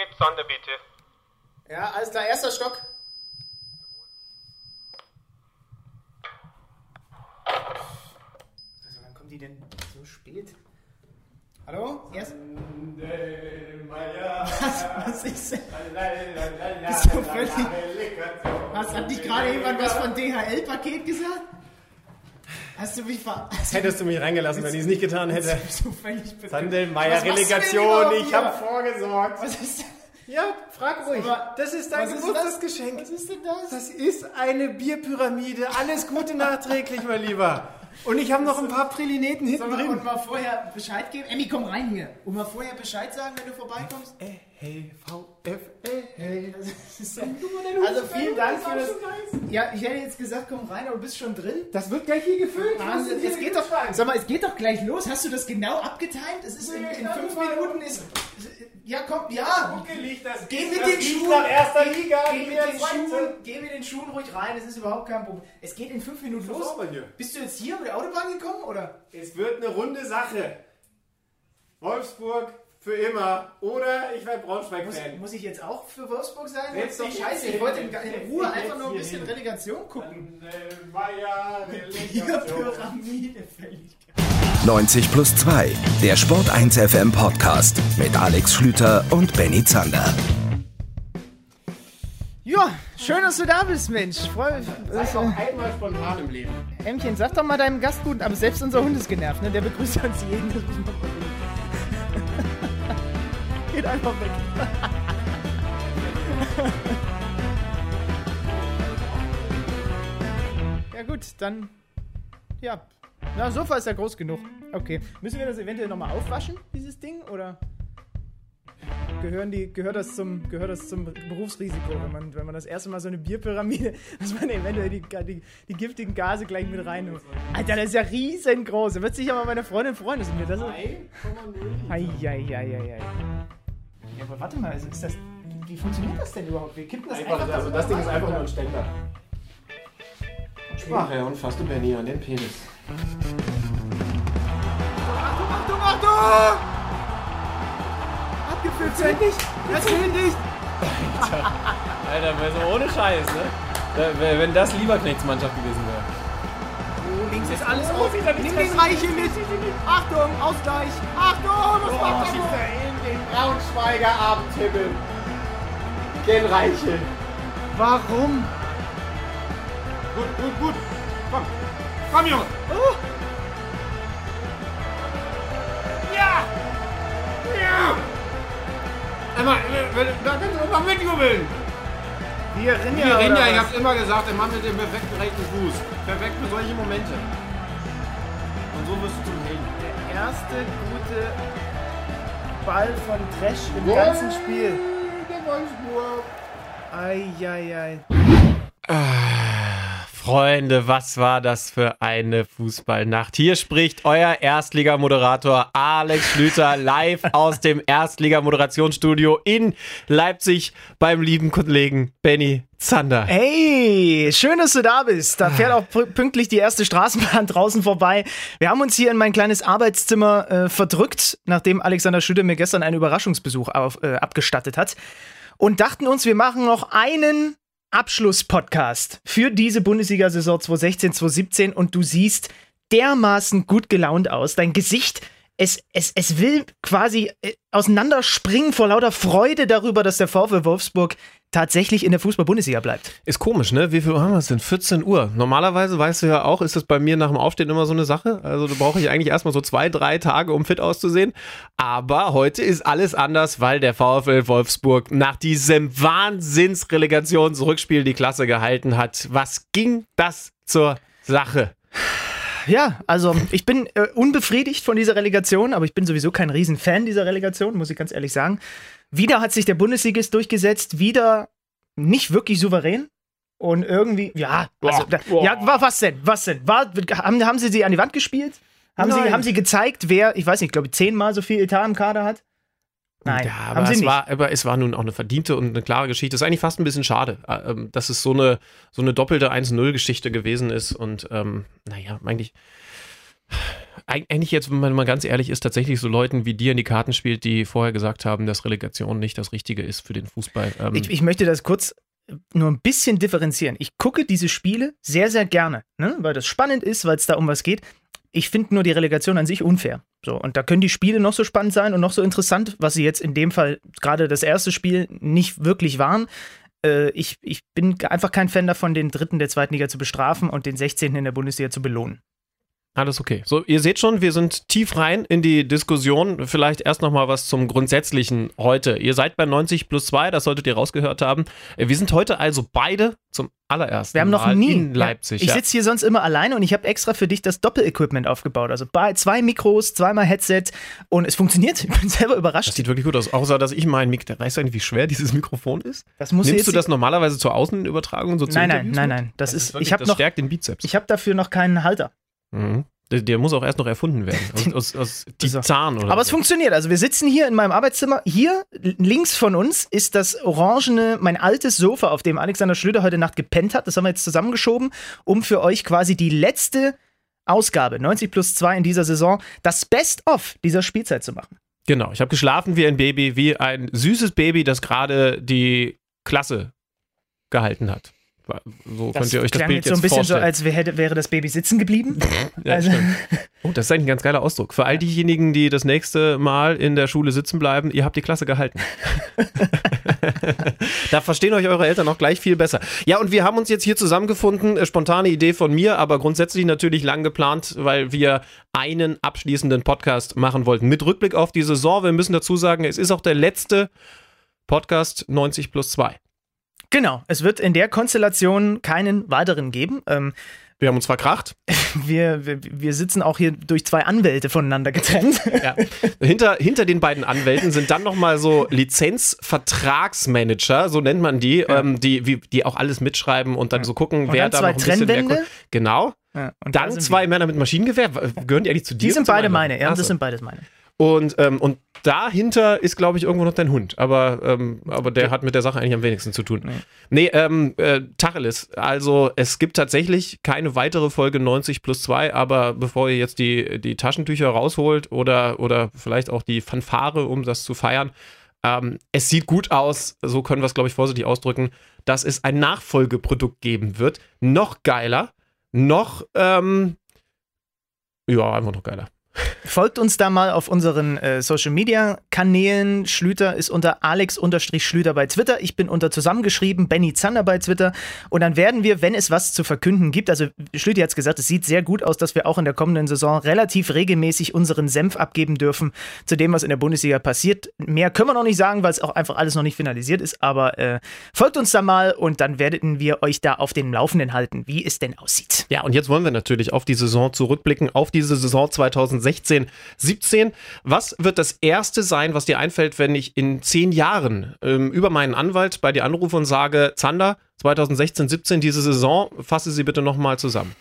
Zander, bitte. Ja, alles klar, erster Stock. Also, wann kommt die denn so spät? Hallo? Was ist denn? Bist du völlig... Hat nicht gerade jemand was von DHL-Paket gesagt? Hast du mich Hättest du mich reingelassen, wenn ich es nicht getan hätte. Bist du völlig betrunken? Sandelmeier Relegation, ich habe vorgesorgt. Was ist denn? Ja, frag ruhig. Aber das ist dein Geburtstagsgeschenk. Was ist denn das? Das ist eine Bierpyramide. Alles Gute nachträglich, mein Lieber. Und ich habe noch ein paar Pralineten hinten drin. Und mal vorher Bescheid geben? Emmy, komm rein hier. Und mal vorher Bescheid sagen, wenn du vorbeikommst? Hey, VfL, hey. Also vielen Dank für das. Ja, ich hätte jetzt gesagt, komm rein, aber du bist schon drin. Das wird gleich hier gefüllt. Wahnsinn, es geht doch, sag mal, es geht doch gleich los. Hast du das genau abgetimt? Es ist in 5 Minuten ist. Ja, komm, ja. Geh mit den Schuhen. Nach erster Liga. Geh mit den Schuhen ruhig rein. Es ist überhaupt kein Problem. Es geht in 5 Minuten los. Bist du jetzt hier über die Autobahn gekommen, oder? Es wird eine runde Sache. Wolfsburg für immer. Oder ich werde Braunschweig-Fan. Muss ich jetzt auch für Wolfsburg sein? Das ist doch scheiße. Ich wollte in Ruhe einfach nur ein bisschen Relegation gucken. Pyramide fällig. 90+2, der Sport 1 FM Podcast mit Alex Schlüter und Benny Zander. Ja, schön, dass du da bist, Mensch. Freue mich. Sei auch einmal spontan im Leben. Ämmchen, sag doch mal deinem Gast guten, aber selbst unser Hund ist genervt, ne? Der begrüßt uns jeden. Das muss man mal geht einfach weg. Ja gut, dann ja. Na, Sofa ist ja groß genug. Okay. Müssen wir das eventuell nochmal aufwaschen, dieses Ding? Oder gehört das zum Berufsrisiko, wenn man das erste Mal so eine Bierpyramide, dass man eventuell die giftigen Gase gleich mit reinholt. Alter, das ist ja riesengroß. Da wird sich aber meine Freundin freuen, dass mir das... 3,0. Ja, aber warte mal, ist das... Wie funktioniert das denn überhaupt? Wir kippen das einfach... Also das Ding ist einfach nur ein Ständer. Sprache und fasst du Benny an den Penis. Achtung! Abgefüllt, das zählt nicht! Alter, so ohne Scheiß, ne? Wenn das Lieberknechtsmannschaft gewesen wäre. Oh, links ist alles auf. Nimm den Reiche mit! Achtung, Ausgleich! Achtung, was macht der? In den Braunschweiger Abendhimmel. Den Reiche. Warum? Gut. Komm, Junge. Oh. Ja! Emma, da kannst du mal mitjubeln. Wir rennen Ich hab's immer gesagt, der Mann mit dem perfekten rechten Fuß. Perfekt für solche Momente. Und so wirst du zum Helden. Der erste gute Ball von Tresch im ganzen Spiel. Der Wolfsburg. Ei. Freunde, was war das für eine Fußballnacht? Hier spricht euer Erstligamoderator Alex Schlüter live aus dem Erstliga-Moderationsstudio in Leipzig beim lieben Kollegen Benny Zander. Hey, schön, dass du da bist. Da fährt auch pünktlich die erste Straßenbahn draußen vorbei. Wir haben uns hier in mein kleines Arbeitszimmer verdrückt, nachdem Alexander Schlüter mir gestern einen Überraschungsbesuch abgestattet hat. Und dachten uns, wir machen noch einen Abschlusspodcast für diese Bundesliga-Saison 2016-2017 und du siehst dermaßen gut gelaunt aus. Dein Gesicht, es will quasi auseinanderspringen vor lauter Freude darüber, dass der VfL Wolfsburg tatsächlich in der Fußball-Bundesliga bleibt. Ist komisch, ne? Wie viel Uhr haben wir es denn? 14 Uhr. Normalerweise, weißt du ja auch, ist das bei mir nach dem Aufstehen immer so eine Sache. Also da brauche ich eigentlich erstmal so 2-3 Tage, um fit auszusehen. Aber heute ist alles anders, weil der VfL Wolfsburg nach diesem Wahnsinns-Relegationsrückspiel die Klasse gehalten hat. Was ging das zur Sache? Ja, also ich bin unbefriedigt von dieser Relegation, aber ich bin sowieso kein Riesenfan dieser Relegation, muss ich ganz ehrlich sagen. Wieder hat sich der Bundesligist durchgesetzt, wieder nicht wirklich souverän und irgendwie, was denn? Haben sie an die Wand gespielt? Haben sie gezeigt, wer, ich weiß nicht, glaube ich, 10-mal so viel Etat im Kader hat? Nein, ja, aber es war nun auch eine verdiente und eine klare Geschichte. Das ist eigentlich fast ein bisschen schade, dass es so eine doppelte 1-0-Geschichte gewesen ist und eigentlich eigentlich jetzt, wenn man mal ganz ehrlich ist, tatsächlich so Leuten wie dir in die Karten spielt, die vorher gesagt haben, dass Relegation nicht das Richtige ist für den Fußball. Ich möchte das kurz nur ein bisschen differenzieren. Ich gucke diese Spiele sehr, sehr gerne, ne? Weil das spannend ist, weil es da um was geht. Ich finde nur die Relegation an sich unfair. So, und da können die Spiele noch so spannend sein und noch so interessant, was sie jetzt in dem Fall, gerade das erste Spiel, nicht wirklich waren. Ich bin einfach kein Fan davon, den Dritten der zweiten Liga zu bestrafen und den 16. in der Bundesliga zu belohnen. Alles okay. So, ihr seht schon, wir sind tief rein in die Diskussion. Vielleicht erst nochmal was zum Grundsätzlichen heute. Ihr seid bei 90+2, das solltet ihr rausgehört haben. Wir sind heute also beide zum allerersten Wir haben noch Mal nie in Leipzig. Ich sitze hier sonst immer alleine und ich habe extra für dich das Doppel-Equipment aufgebaut. Also 2 Mikros, 2-mal Headset und es funktioniert. Ich bin selber überrascht. Das sieht wirklich gut aus. Außer, dass ich mein Mikro... Weißt du eigentlich, wie schwer dieses Mikrofon ist? Nimmst du das normalerweise zur Außenübertragung? So Nein. Das stärkt den Bizeps. Ich habe dafür noch keinen Halter. Mhm. Der muss auch erst noch erfunden werden. Aus Titan oder Aber es funktioniert. Also wir sitzen hier in meinem Arbeitszimmer. Hier links von uns ist das orangene, mein altes Sofa, auf dem Alexander Schlüter heute Nacht gepennt hat. Das haben wir jetzt zusammengeschoben, um für euch quasi die letzte Ausgabe, 90+2 in dieser Saison, das Best-of dieser Spielzeit zu machen. Genau. Ich habe geschlafen wie ein Baby, wie ein süßes Baby, das gerade die Klasse gehalten hat. So könnt ihr euch das Bild jetzt so ein bisschen vorstellen. So, als wäre das Baby sitzen geblieben. Ja, also. Oh, das ist eigentlich ein ganz geiler Ausdruck. Für all diejenigen, die das nächste Mal in der Schule sitzen bleiben, ihr habt die Klasse gehalten. Da verstehen euch eure Eltern noch gleich viel besser. Ja, und wir haben uns jetzt hier zusammengefunden. Spontane Idee von mir, aber grundsätzlich natürlich lang geplant, weil wir einen abschließenden Podcast machen wollten. Mit Rückblick auf die Saison. Wir müssen dazu sagen, es ist auch der letzte Podcast 90+2. Genau, es wird in der Konstellation keinen weiteren geben. Wir haben uns verkracht. Wir sitzen auch hier durch 2 Anwälte voneinander getrennt. Ja. Hinter den beiden Anwälten sind dann nochmal so Lizenzvertragsmanager, so nennt man die, ja. Die auch alles mitschreiben und dann so gucken, wer da noch ein bisschen mehr... Genau. Ja, und dann 2 Männer mit Maschinengewehr. Gehören die eigentlich zu dir? Die sind beide meine, ja, das sind beides meine. Und dahinter ist, glaube ich, irgendwo noch dein Hund. Aber der hat mit der Sache eigentlich am wenigsten zu tun. Nee, Tacheles. Also es gibt tatsächlich keine weitere Folge 90+2, aber bevor ihr jetzt die Taschentücher rausholt oder vielleicht auch die Fanfare, um das zu feiern, es sieht gut aus, so können wir es, glaube ich, vorsichtig ausdrücken, dass es ein Nachfolgeprodukt geben wird. Noch geiler, einfach noch geiler. Folgt uns da mal auf unseren Social-Media-Kanälen. Schlüter ist unter Alex_Schlüter bei Twitter. Ich bin unter zusammengeschrieben Benny Zander bei Twitter. Und dann werden wir, wenn es was zu verkünden gibt, also Schlüter hat es gesagt, es sieht sehr gut aus, dass wir auch in der kommenden Saison relativ regelmäßig unseren Senf abgeben dürfen zu dem, was in der Bundesliga passiert. Mehr können wir noch nicht sagen, weil es auch einfach alles noch nicht finalisiert ist. Aber folgt uns da mal und dann werden wir euch da auf den Laufenden halten, wie es denn aussieht. Ja, und jetzt wollen wir natürlich auf die Saison zurückblicken, auf diese Saison 2016, 17. Was wird das Erste sein, was dir einfällt, wenn ich in 10 Jahren über meinen Anwalt bei dir anrufe und sage, Zander, 2016, 17, diese Saison, fasse sie bitte nochmal zusammen.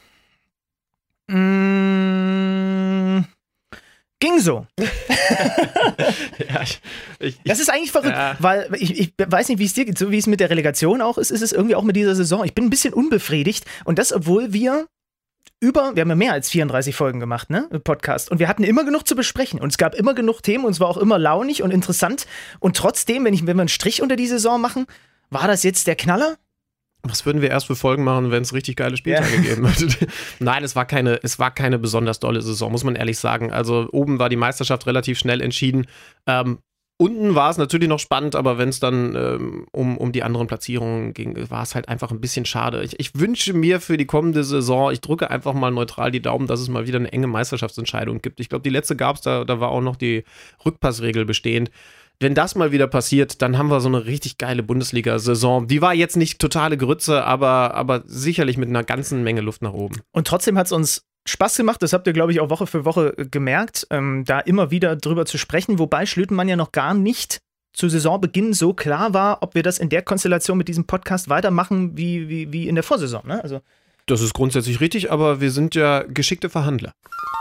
Ging so. Ja, das ist eigentlich verrückt, weil ich weiß nicht, wie es dir geht, so wie es mit der Relegation auch ist es irgendwie auch mit dieser Saison. Ich bin ein bisschen unbefriedigt und das, obwohl wir haben ja mehr als 34 Folgen gemacht, ne, Podcast. Und wir hatten immer genug zu besprechen. Und es gab immer genug Themen und es war auch immer launig und interessant. Und trotzdem, wenn wir einen Strich unter die Saison machen, war das jetzt der Knaller? Was würden wir erst für Folgen machen, wenn es richtig geile Spieltage geben würde? Nein, es war keine besonders dolle Saison, muss man ehrlich sagen. Also oben war die Meisterschaft relativ schnell entschieden. Unten war es natürlich noch spannend, aber wenn es dann um die anderen Platzierungen ging, war es halt einfach ein bisschen schade. Ich wünsche mir für die kommende Saison, ich drücke einfach mal neutral die Daumen, dass es mal wieder eine enge Meisterschaftsentscheidung gibt. Ich glaube, die letzte gab es, da war auch noch die Rückpassregel bestehend. Wenn das mal wieder passiert, dann haben wir so eine richtig geile Bundesliga-Saison. Die war jetzt nicht totale Grütze, aber sicherlich mit einer ganzen Menge Luft nach oben. Und trotzdem hat es uns Spaß gemacht, das habt ihr, glaube ich, auch Woche für Woche gemerkt, da immer wieder drüber zu sprechen, wobei Schlütenmann ja noch gar nicht zu Saisonbeginn so klar war, ob wir das in der Konstellation mit diesem Podcast weitermachen wie in der Vorsaison. Ne? Also das ist grundsätzlich richtig, aber wir sind ja geschickte Verhandler.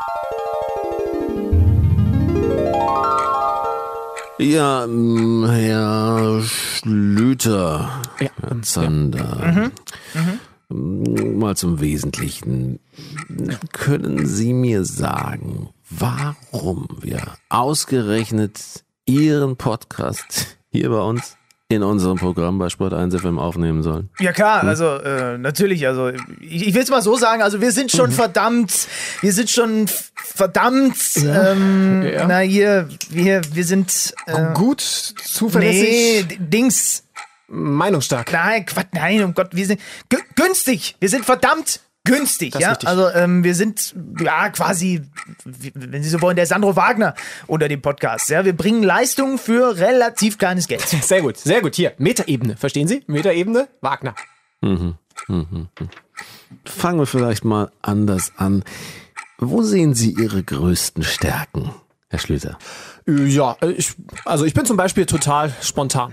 Ja, Herr Schlüter, Herr Zander. Mal zum Wesentlichen. Können Sie mir sagen, warum wir ausgerechnet Ihren Podcast hier bei uns in unserem Programm bei Sport 1 FM aufnehmen sollen? Ja klar, also natürlich, also ich will es mal so sagen, also wir sind schon verdammt, wir sind gut, zuverlässig, meinungsstark. Nein, Quatsch, nein, um Gott, wir sind günstig, wir sind verdammt günstig, das ja, ist also wir sind ja quasi, wenn Sie so wollen, der Sandro Wagner unter dem Podcast, ja, wir bringen Leistungen für relativ kleines Geld. Sehr gut, hier, Metaebene, verstehen Sie? Metaebene, Wagner. Fangen wir vielleicht mal anders an. Wo sehen Sie Ihre größten Stärken, Herr Schlüter? Ja, ich bin zum Beispiel total spontan.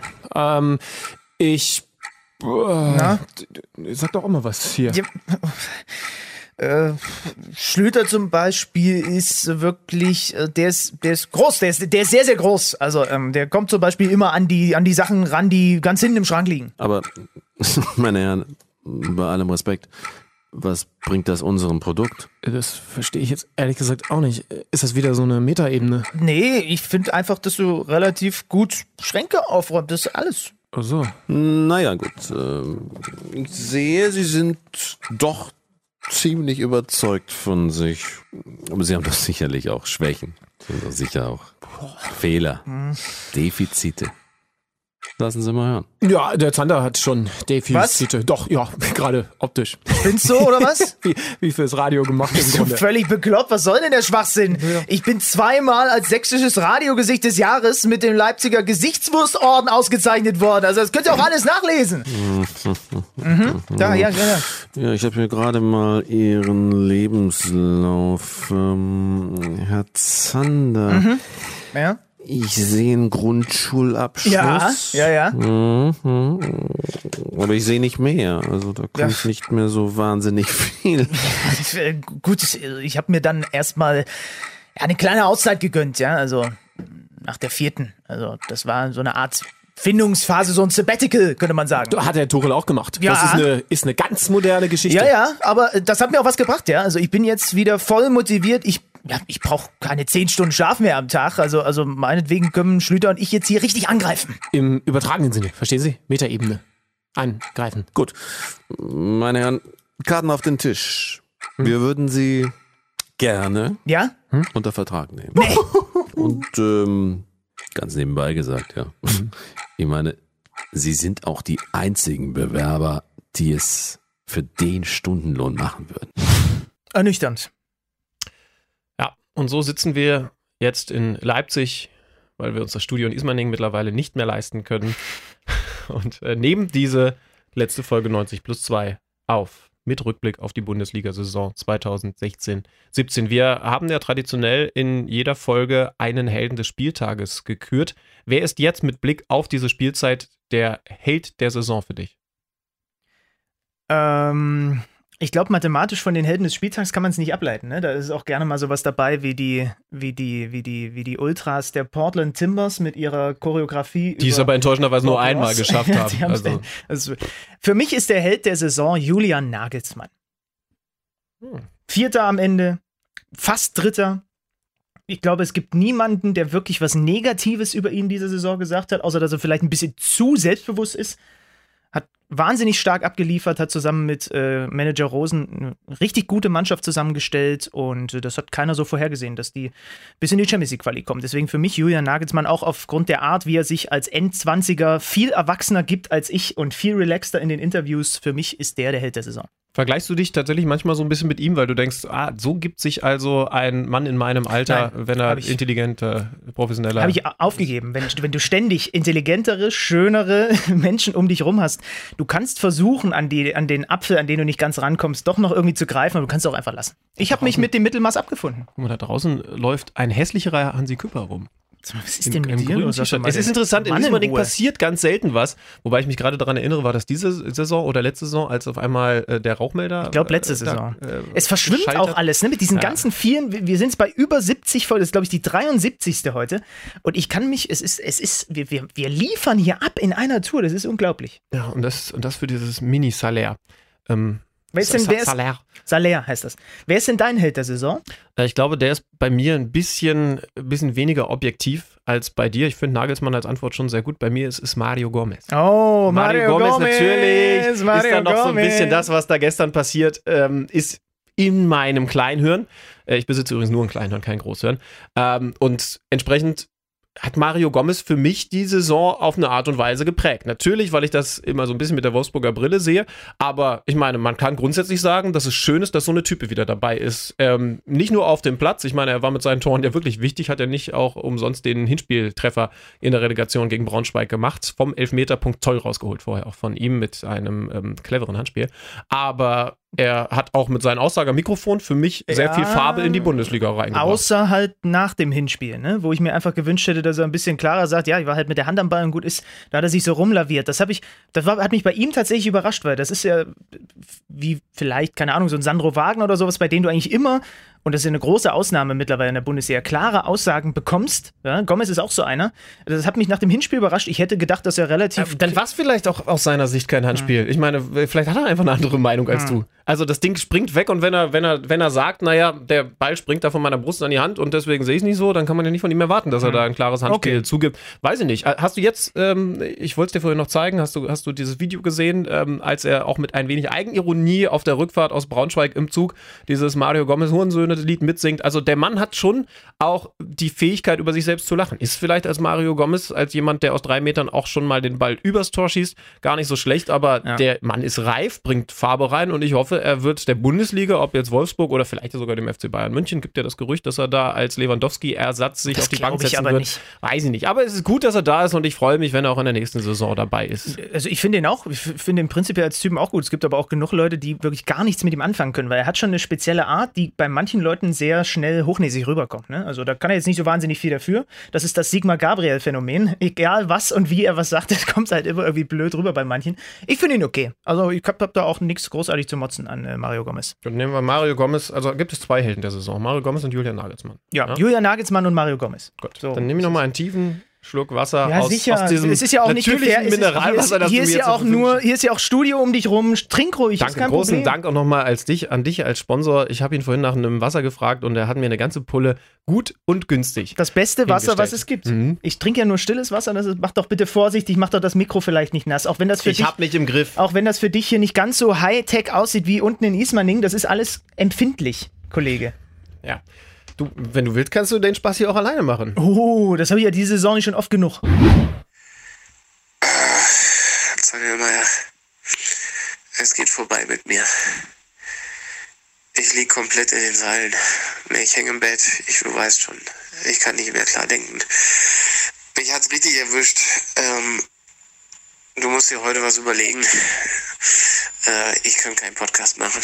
Sag doch auch mal was hier. Ja, Schlüter zum Beispiel ist wirklich, der ist groß, der ist sehr, sehr groß. Also der kommt zum Beispiel immer an die Sachen ran, die ganz hinten im Schrank liegen. Aber, meine Herren, bei allem Respekt, was bringt das unserem Produkt? Das verstehe ich jetzt ehrlich gesagt auch nicht. Ist das wieder so eine Metaebene? Nee, ich finde einfach, dass du relativ gut Schränke aufräumst, das ist alles. Ach so. Naja, gut. Ich sehe, Sie sind doch ziemlich überzeugt von sich. Aber Sie haben doch sicherlich auch Schwächen. Sie haben doch sicher auch Fehler, Defizite. Lassen Sie mal hören. Ja, der Zander hat schon Defizite. Was? Doch, ja, gerade optisch. Findest du, oder was? wie fürs Radio gemacht im Bist du Grunde. völlig bekloppt? Was soll denn der Schwachsinn? Ja. Ich bin zweimal als sächsisches Radiogesicht des Jahres mit dem Leipziger Gesichtswurstorden ausgezeichnet worden. Also das könnt ihr auch alles nachlesen. Ja. Ja, ich habe hier gerade mal Ihren Lebenslauf. Herr Zander. Ja. Ich sehe einen Grundschulabschluss. Ja. Aber ich sehe nicht mehr. Also da kommt nicht mehr so wahnsinnig viel. Gut, ich habe mir dann erstmal eine kleine Auszeit gegönnt, ja. Also nach der 4. Also das war so eine Art Findungsphase, so ein Sabbatical, könnte man sagen. Hat der Tuchel auch gemacht. Ja. Das ist eine ganz moderne Geschichte. Ja, aber das hat mir auch was gebracht, ja. Also ich bin jetzt wieder voll motiviert. Ich brauche keine 10 Stunden Schlaf mehr am Tag. Also meinetwegen können Schlüter und ich jetzt hier richtig angreifen. Im übertragenen Sinne, verstehen Sie? Metaebene. Angreifen. Gut. Meine Herren, Karten auf den Tisch. Wir würden Sie gerne unter Vertrag nehmen. Nee. Und ganz nebenbei gesagt, ja. Ich meine, Sie sind auch die einzigen Bewerber, die es für den Stundenlohn machen würden. Ernüchternd. Ja, und so sitzen wir jetzt in Leipzig, weil wir uns das Studio in Ismaning mittlerweile nicht mehr leisten können und nehmen diese letzte Folge 90+2 auf. Mit Rückblick auf die Bundesliga-Saison 2016/17. Wir haben ja traditionell in jeder Folge einen Helden des Spieltages gekürt. Wer ist jetzt mit Blick auf diese Spielzeit der Held der Saison für dich? Ich glaube, mathematisch von den Helden des Spieltags kann man es nicht ableiten. Ne? Da ist auch gerne mal sowas dabei wie die Ultras der Portland Timbers mit ihrer Choreografie. Die es aber enttäuschenderweise nur einmal geschafft haben. Also, für mich ist der Held der Saison Julian Nagelsmann. 4. am Ende, fast 3. Ich glaube, es gibt niemanden, der wirklich was Negatives über ihn diese Saison gesagt hat, außer dass er vielleicht ein bisschen zu selbstbewusst ist. Hat wahnsinnig stark abgeliefert, hat zusammen mit Manager Rosen eine richtig gute Mannschaft zusammengestellt und das hat keiner so vorhergesehen, dass die bis in die Champions League Quali kommen. Deswegen für mich Julian Nagelsmann auch aufgrund der Art, wie er sich als Endzwanziger viel erwachsener gibt als ich und viel relaxter in den Interviews. Für mich ist der Held der Saison. Vergleichst du dich tatsächlich manchmal so ein bisschen mit ihm, weil du denkst, so gibt sich also ein Mann in meinem Alter, wenn er intelligenter, professioneller... Habe ich aufgegeben. Wenn du ständig intelligentere, schönere Menschen um dich rum hast, du kannst versuchen, an den Apfel, an den du nicht ganz rankommst, doch noch irgendwie zu greifen, aber du kannst es auch einfach lassen. Ich habe mich mit dem Mittelmaß abgefunden. Guck mal, da draußen läuft ein hässlicherer Hansi Küpper rum. Was ist denn mit dir? Es ist interessant, in Ismaning passiert ganz selten was, wobei ich mich gerade daran erinnere, war das diese Saison oder letzte Saison, als auf einmal der Rauchmelder... Ich glaube, letzte Saison. Es verschwimmt auch alles, ne? Mit diesen ganzen vielen, wir sind es bei über 70 Folgen, das ist glaube ich die 73. heute und ich kann mich, wir liefern hier ab in einer Tour, das ist unglaublich. Ja, und das für dieses Mini-Salär. Salär heißt das. Wer ist denn dein Held der Saison? Ich glaube, der ist bei mir ein bisschen weniger objektiv als bei dir. Ich finde Nagelsmann als Antwort schon sehr gut. Bei mir ist es Mario Gomez. Oh, Mario Gomez natürlich. Ist dann noch so ein bisschen Gomez. das, was da gestern passiert ist in meinem Kleinhirn. Ich besitze übrigens nur ein Kleinhirn, kein Großhirn. Und entsprechend hat Mario Gomez für mich die Saison auf eine Art und Weise geprägt. Natürlich, weil ich das immer so ein bisschen mit der Wolfsburger Brille sehe, aber ich meine, man kann grundsätzlich sagen, dass es schön ist, dass so eine Type wieder dabei ist. Nicht nur auf dem Platz, ich meine, er war mit seinen Toren ja wirklich wichtig, hat er nicht auch umsonst den Hinspieltreffer in der Relegation gegen Braunschweig gemacht, vom Elfmeterpunkt toll rausgeholt vorher auch von ihm mit einem cleveren Handspiel, aber er hat auch mit seinen Aussagen am Mikrofon für mich sehr viel Farbe in die Bundesliga reingebracht. Außer halt nach dem Hinspiel, ne? Wo ich mir einfach gewünscht hätte, dass er ein bisschen klarer sagt, ja, ich war halt mit der Hand am Ball und gut ist, da hat er sich so rumlaviert. Das hat mich bei ihm tatsächlich überrascht, weil das ist ja wie vielleicht, keine Ahnung, so ein Sandro Wagner oder sowas, bei dem du eigentlich immer, und das ist ja eine große Ausnahme mittlerweile in der Bundesliga, klare Aussagen bekommst. Ja? Gomez ist auch so einer. Das hat mich nach dem Hinspiel überrascht. Ich hätte gedacht, dass er relativ... Dann war es vielleicht auch aus seiner Sicht kein Handspiel. Ich meine, vielleicht hat er einfach eine andere Meinung als du. Also das Ding springt weg und wenn er sagt, naja, der Ball springt da von meiner Brust an die Hand und deswegen sehe ich es nicht so, dann kann man ja nicht von ihm erwarten, dass er da ein klares Handspiel zugibt. Weiß ich nicht. Hast du jetzt, ich wollte es dir vorhin noch zeigen, hast du dieses Video gesehen, als er auch mit ein wenig Eigenironie auf der Rückfahrt aus Braunschweig im Zug dieses Mario Gomez Hurensöhne-Lied mitsingt? Also der Mann hat schon auch die Fähigkeit, über sich selbst zu lachen. Ist vielleicht als Mario Gomez, als jemand, der aus 3 Metern auch schon mal den Ball übers Tor schießt, gar nicht so schlecht, aber der Mann ist reif, bringt Farbe rein und ich hoffe, er wird der Bundesliga, ob jetzt Wolfsburg oder vielleicht sogar dem FC Bayern München, gibt ja das Gerücht, dass er da als Lewandowski-Ersatz sich auf die Bank setzen wird. Nicht. Weiß ich nicht. Aber es ist gut, dass er da ist und ich freue mich, wenn er auch in der nächsten Saison dabei ist. Also ich finde ihn auch, ich finde ihn prinzipiell als Typen auch gut. Es gibt aber auch genug Leute, die wirklich gar nichts mit ihm anfangen können, weil er hat schon eine spezielle Art, die bei manchen Leuten sehr schnell hochnäsig rüberkommt. Ne? Also da kann er jetzt nicht so wahnsinnig viel dafür. Das ist das Sigmar-Gabriel-Phänomen. Egal was und wie er was sagt, es kommt halt immer irgendwie blöd rüber bei manchen. Ich finde ihn okay. Also ich habe da auch nichts großartig zu motzen an Mario Gomez. Dann nehmen wir Mario Gomez, also gibt es 2 Helden der Saison, Mario Gomez und Julian Nagelsmann. Ja, Julian Nagelsmann und Mario Gomez. Gut, so. Dann nehme ich nochmal einen tiefen Schluck Wasser aus diesem es ist ja auch natürlichen Mineralwasser, das du mir jetzt hier ist ja auch Studio um dich rum. Trink ruhig, Danke, ist kein großen Problem. Dank auch nochmal an dich als Sponsor. Ich habe ihn vorhin nach einem Wasser gefragt und er hat mir eine ganze Pulle gut und günstig das beste Wasser, was es gibt. Ich trinke ja nur stilles Wasser. Mach doch bitte vorsichtig, mach doch das Mikro vielleicht nicht nass. Auch wenn das für ich hab mich im Griff. Auch wenn das für dich hier nicht ganz so Hightech aussieht wie unten in Ismaning, das ist alles empfindlich, Kollege. Ja. Du, wenn du willst, kannst du den Spaß hier auch alleine machen. Oh, das habe ich ja diese Saison schon oft genug. Zangelmeier, es geht vorbei mit mir. Ich lieg komplett in den Seilen. Ich hänge im Bett, du weißt schon. Ich kann nicht mehr klar denken. Mich hat's richtig erwischt. Du musst dir heute was überlegen. Ich kann keinen Podcast machen.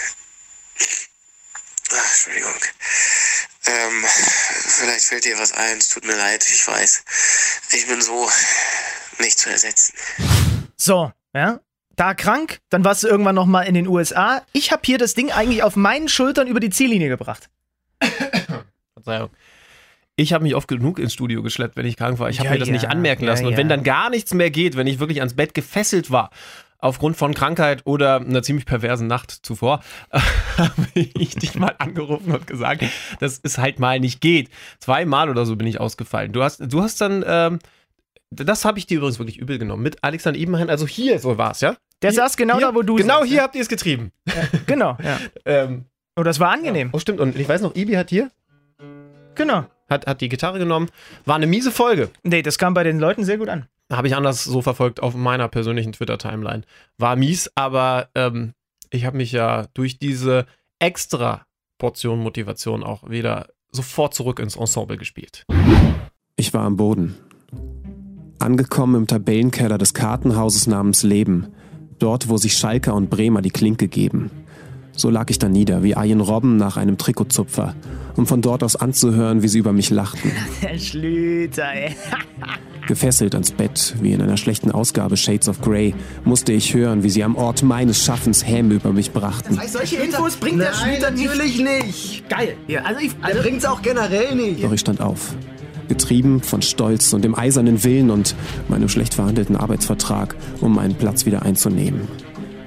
Ach, Entschuldigung. Vielleicht fällt dir was ein, es tut mir leid, ich weiß. Ich bin so nicht zu ersetzen. So, ja, da krank, dann warst du irgendwann nochmal in den USA. Ich habe hier das Ding eigentlich auf meinen Schultern über die Ziellinie gebracht. Verzeihung. Ich habe mich oft genug ins Studio geschleppt, wenn ich krank war. Ich habe mir das nicht anmerken lassen. Und wenn dann gar nichts mehr geht, wenn ich wirklich ans Bett gefesselt war, aufgrund von Krankheit oder einer ziemlich perversen Nacht zuvor, habe ich dich mal angerufen und gesagt, dass es halt mal nicht geht. 2 Mal oder so bin ich ausgefallen. Du hast dann, das habe ich dir übrigens wirklich übel genommen, mit Alexander Ibenhain, also hier, so war es, ja? Der saß genau da, wo du genau saßt, hier habt ihr es getrieben. Ja, genau, ja. Oh, das war angenehm. Oh, stimmt, und ich weiß noch, Ibi hat hier... Genau. Hat die Gitarre genommen. War eine miese Folge. Nee, das kam bei den Leuten sehr gut an. Habe ich anders so verfolgt auf meiner persönlichen Twitter-Timeline. War mies, aber ich habe mich ja durch diese extra Portion Motivation auch wieder sofort zurück ins Ensemble gespielt. Ich war am Boden. Angekommen im Tabellenkeller des Kartenhauses namens Leben. Dort, wo sich Schalker und Bremer die Klinke geben. So lag ich da nieder, wie Arjen Robben nach einem Trikotzupfer, um von dort aus anzuhören, wie sie über mich lachten. Der Schlüter, ey. Gefesselt ans Bett, wie in einer schlechten Ausgabe Shades of Grey, musste ich hören, wie sie am Ort meines Schaffens Häme über mich brachten. Das heißt, solche Infos bringt der Schlüter natürlich nicht. Geil. Ja, also der bringt's auch generell nicht. Doch ich stand auf. Getrieben von Stolz und dem eisernen Willen und meinem schlecht verhandelten Arbeitsvertrag, um meinen Platz wieder einzunehmen.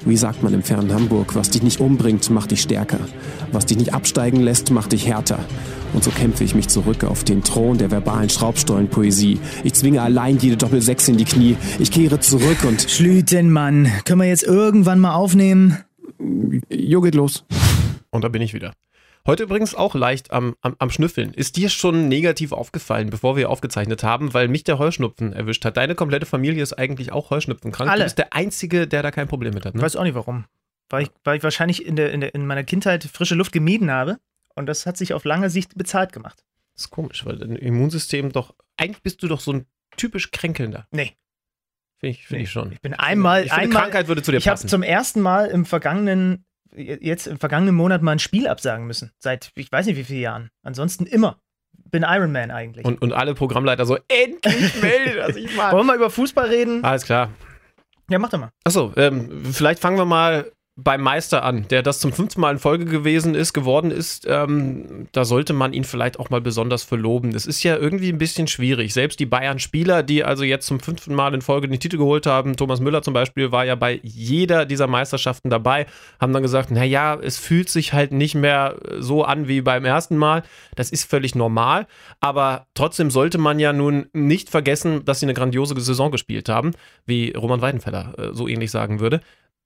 Wie sagt man im fernen Hamburg, was dich nicht umbringt, macht dich stärker. Was dich nicht absteigen lässt, macht dich härter. Und so kämpfe ich mich zurück auf den Thron der verbalen Schraubstollenpoesie. Ich zwinge allein jede Doppel-6 in die Knie. Ich kehre zurück und... Schlütenmann, können wir jetzt irgendwann mal aufnehmen? Jo, geht los. Und da bin ich wieder. Heute übrigens auch leicht am Schnüffeln. Ist dir schon negativ aufgefallen, bevor wir aufgezeichnet haben, weil mich der Heuschnupfen erwischt hat? Deine komplette Familie ist eigentlich auch heuschnupfenkrank. Alle. Du bist der Einzige, der da kein Problem mit hat. Ich Ne? weiß auch nicht warum. Weil ich wahrscheinlich in meiner Kindheit frische Luft gemieden habe und das hat sich auf lange Sicht bezahlt gemacht. Das ist komisch, weil dein Immunsystem doch, eigentlich bist du doch so ein typisch Kränkelnder. Nee. Find ich schon. Ich bin einmal Krankheit würde zu dir ich habe passen. zum ersten Mal im vergangenen Monat mal ein Spiel absagen müssen. Seit, ich weiß nicht wie vielen Jahren. Ansonsten immer. Bin Iron Man eigentlich. Und alle Programmleiter so, endlich melde das ich mal. Wollen wir mal über Fußball reden? Alles klar. Ja, mach doch mal. Achso, vielleicht fangen wir mal beim Meister an, der das zum 5. Mal in Folge geworden ist. Da sollte man ihn vielleicht auch mal besonders verloben. Das ist ja irgendwie ein bisschen schwierig. Selbst die Bayern-Spieler, die also jetzt zum 5. Mal in Folge den Titel geholt haben, Thomas Müller zum Beispiel, war ja bei jeder dieser Meisterschaften dabei, haben dann gesagt, naja, es fühlt sich halt nicht mehr so an wie beim ersten Mal. Das ist völlig normal, aber trotzdem sollte man ja nun nicht vergessen, dass sie eine grandiose Saison gespielt haben, wie Roman Weidenfeller so ähnlich sagen würde.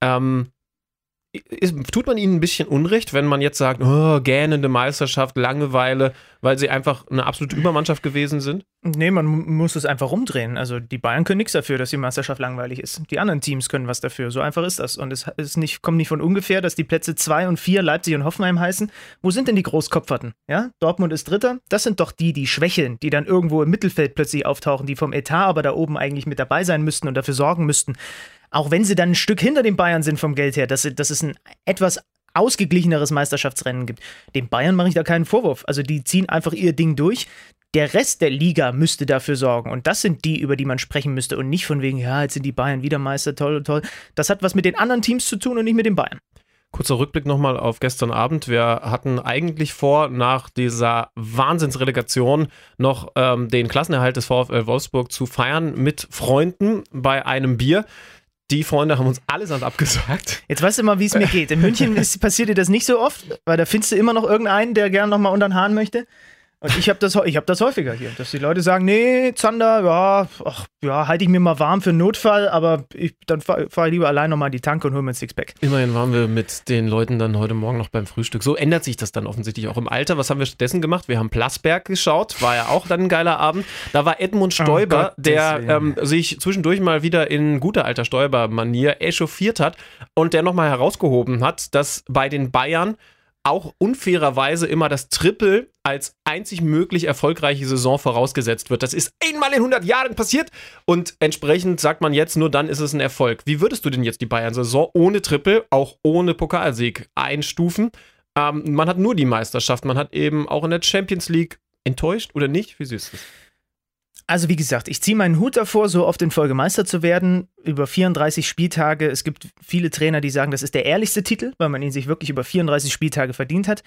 Tut man ihnen ein bisschen Unrecht, wenn man jetzt sagt, oh, gähnende Meisterschaft, Langeweile, weil sie einfach eine absolute Übermannschaft gewesen sind? Nee, man muss es einfach rumdrehen. Also die Bayern können nichts dafür, dass die Meisterschaft langweilig ist. Die anderen Teams können was dafür. So einfach ist das. Und es kommt nicht von ungefähr, dass die Plätze 2 und 4 Leipzig und Hoffenheim heißen. Wo sind denn die Großkopferten? Ja? Dortmund ist Dritter. Das sind doch die schwächeln, die dann irgendwo im Mittelfeld plötzlich auftauchen, die vom Etat aber da oben eigentlich mit dabei sein müssten und dafür sorgen müssten. Auch wenn sie dann ein Stück hinter den Bayern sind vom Geld her, dass es ein etwas ausgeglicheneres Meisterschaftsrennen gibt. Den Bayern mache ich da keinen Vorwurf. Also die ziehen einfach ihr Ding durch. Der Rest der Liga müsste dafür sorgen. Und das sind die, über die man sprechen müsste. Und nicht von wegen, ja, jetzt sind die Bayern wieder Meister, toll, toll. Das hat was mit den anderen Teams zu tun und nicht mit den Bayern. Kurzer Rückblick nochmal auf gestern Abend. Wir hatten eigentlich vor, nach dieser Wahnsinnsrelegation noch den Klassenerhalt des VfL Wolfsburg zu feiern mit Freunden bei einem Bier. Die Freunde haben uns allesamt abgesagt. Jetzt weißt du mal, wie es mir geht. In München passiert dir das nicht so oft, weil da findest du immer noch irgendeinen, der gerne nochmal unter den Haaren möchte. Und ich hab das häufiger hier, dass die Leute sagen, nee, Zander, halte ich mir mal warm für einen Notfall, aber dann fahr ich lieber allein nochmal in die Tanke und hol mir ein Sixpack. Immerhin waren wir mit den Leuten dann heute Morgen noch beim Frühstück. So ändert sich das dann offensichtlich auch im Alter. Was haben wir stattdessen gemacht? Wir haben Plasberg geschaut, war ja auch dann ein geiler Abend. Da war Edmund Stoiber, der sich zwischendurch mal wieder in guter alter Stoiber-Manier echauffiert hat und der nochmal herausgehoben hat, dass bei den Bayern auch unfairerweise immer das Triple als einzig möglich erfolgreiche Saison vorausgesetzt wird. Das ist einmal in 100 Jahren passiert und entsprechend sagt man jetzt, nur dann ist es ein Erfolg. Wie würdest du denn jetzt die Bayern-Saison ohne Triple, auch ohne Pokalsieg einstufen? Man hat nur die Meisterschaft, man hat eben auch in der Champions League enttäuscht oder nicht? Wie siehst du es? Also wie gesagt, ich ziehe meinen Hut davor, so oft in Folge Meister zu werden, über 34 Spieltage. Es gibt viele Trainer, die sagen, das ist der ehrlichste Titel, weil man ihn sich wirklich über 34 Spieltage verdient hat.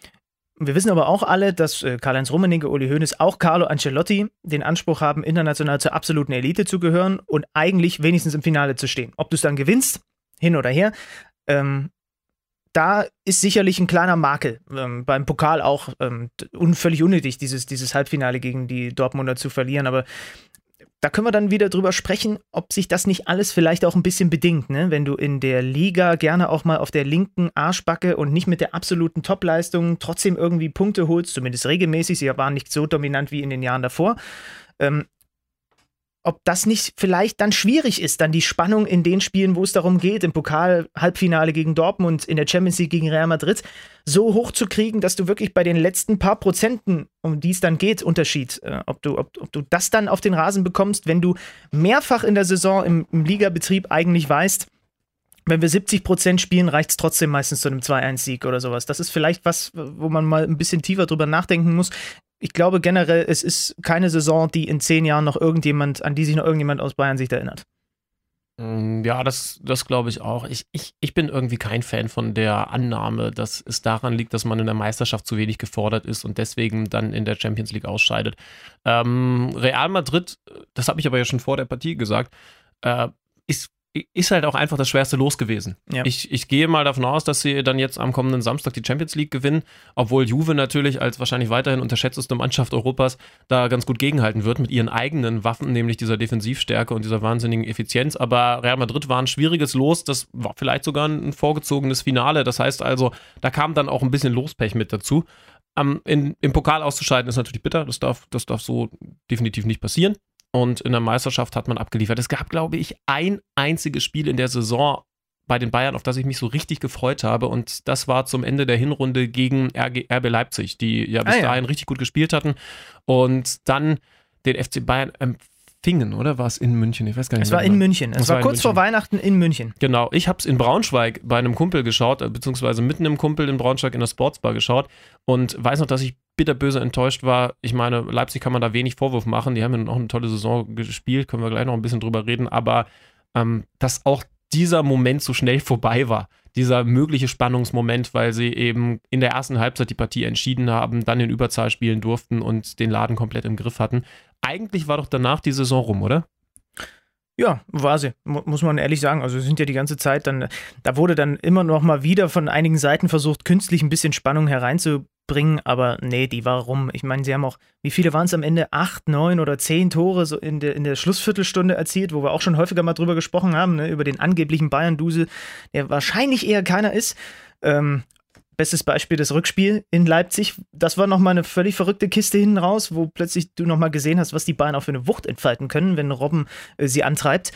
Wir wissen aber auch alle, dass Karl-Heinz Rummenigge, Uli Hoeneß, auch Carlo Ancelotti den Anspruch haben, international zur absoluten Elite zu gehören und eigentlich wenigstens im Finale zu stehen. Ob du es dann gewinnst, hin oder her, da ist sicherlich ein kleiner Makel. Beim Pokal auch völlig unnötig, dieses Halbfinale gegen die Dortmunder zu verlieren. Aber da können wir dann wieder drüber sprechen, ob sich das nicht alles vielleicht auch ein bisschen bedingt. Ne? Wenn du in der Liga gerne auch mal auf der linken Arschbacke und nicht mit der absoluten Topleistung trotzdem irgendwie Punkte holst, zumindest regelmäßig, sie waren nicht so dominant wie in den Jahren davor, ob das nicht vielleicht dann schwierig ist, dann die Spannung in den Spielen, wo es darum geht, im Pokal-Halbfinale gegen Dortmund, in der Champions League gegen Real Madrid, so hoch zu kriegen, dass du wirklich bei den letzten paar Prozenten, um die es dann geht, Unterschied, ob du das dann auf den Rasen bekommst, wenn du mehrfach in der Saison im Ligabetrieb eigentlich weißt, wenn wir 70% spielen, reicht es trotzdem meistens zu einem 2-1-Sieg oder sowas. Das ist vielleicht was, wo man mal ein bisschen tiefer drüber nachdenken muss. Ich glaube generell, es ist keine Saison, die in 10 Jahren an die sich noch irgendjemand aus Bayern sich erinnert. Ja, das glaube ich auch. Ich bin irgendwie kein Fan von der Annahme, dass es daran liegt, dass man in der Meisterschaft zu wenig gefordert ist und deswegen dann in der Champions League ausscheidet. Real Madrid, das habe ich aber ja schon vor der Partie gesagt, ist ist halt auch einfach das schwerste Los gewesen. Ja. Ich gehe mal davon aus, dass sie dann jetzt am kommenden Samstag die Champions League gewinnen, obwohl Juve natürlich als wahrscheinlich weiterhin unterschätzteste Mannschaft Europas da ganz gut gegenhalten wird mit ihren eigenen Waffen, nämlich dieser Defensivstärke und dieser wahnsinnigen Effizienz. Aber Real Madrid war ein schwieriges Los, das war vielleicht sogar ein vorgezogenes Finale. Das heißt also, da kam dann auch ein bisschen Lospech mit dazu. Im Pokal auszuscheiden ist natürlich bitter, das darf so definitiv nicht passieren. Und in der Meisterschaft hat man abgeliefert. Es gab, glaube ich, ein einziges Spiel in der Saison bei den Bayern, auf das ich mich so richtig gefreut habe. Und das war zum Ende der Hinrunde gegen RB Leipzig, die ja bis dahin richtig gut gespielt hatten. Und dann den FC Bayern empfingen, oder? War es in München? Ich weiß gar nicht. Es war in München. Es war kurz vor Weihnachten in München. Genau. Ich habe es in Braunschweig bei einem Kumpel geschaut, beziehungsweise mit einem Kumpel in Braunschweig in der Sportsbar geschaut. Und weiß noch, dass ich bitterböse enttäuscht war. Ich meine, Leipzig kann man da wenig Vorwurf machen. Die haben ja noch eine tolle Saison gespielt, können wir gleich noch ein bisschen drüber reden. Aber dass auch dieser Moment so schnell vorbei war, dieser mögliche Spannungsmoment, weil sie eben in der ersten Halbzeit die Partie entschieden haben, dann in Überzahl spielen durften und den Laden komplett im Griff hatten. Eigentlich war doch danach die Saison rum, oder? Ja, war sie, muss man ehrlich sagen. Also sind ja die ganze Zeit dann, da wurde dann immer noch mal wieder von einigen Seiten versucht, künstlich ein bisschen Spannung hereinzubringen, aber nee, die war rum. Ich meine, sie haben auch, wie viele waren es am Ende? 8, 9 oder 10 Tore so in der Schlussviertelstunde erzielt, wo wir auch schon häufiger mal drüber gesprochen haben, ne, über den angeblichen Bayern-Dusel, der wahrscheinlich eher keiner ist. Bestes Beispiel das Rückspiel in Leipzig. Das war nochmal eine völlig verrückte Kiste hinten raus, wo plötzlich du nochmal gesehen hast, was die Bayern auch für eine Wucht entfalten können, wenn Robben sie antreibt.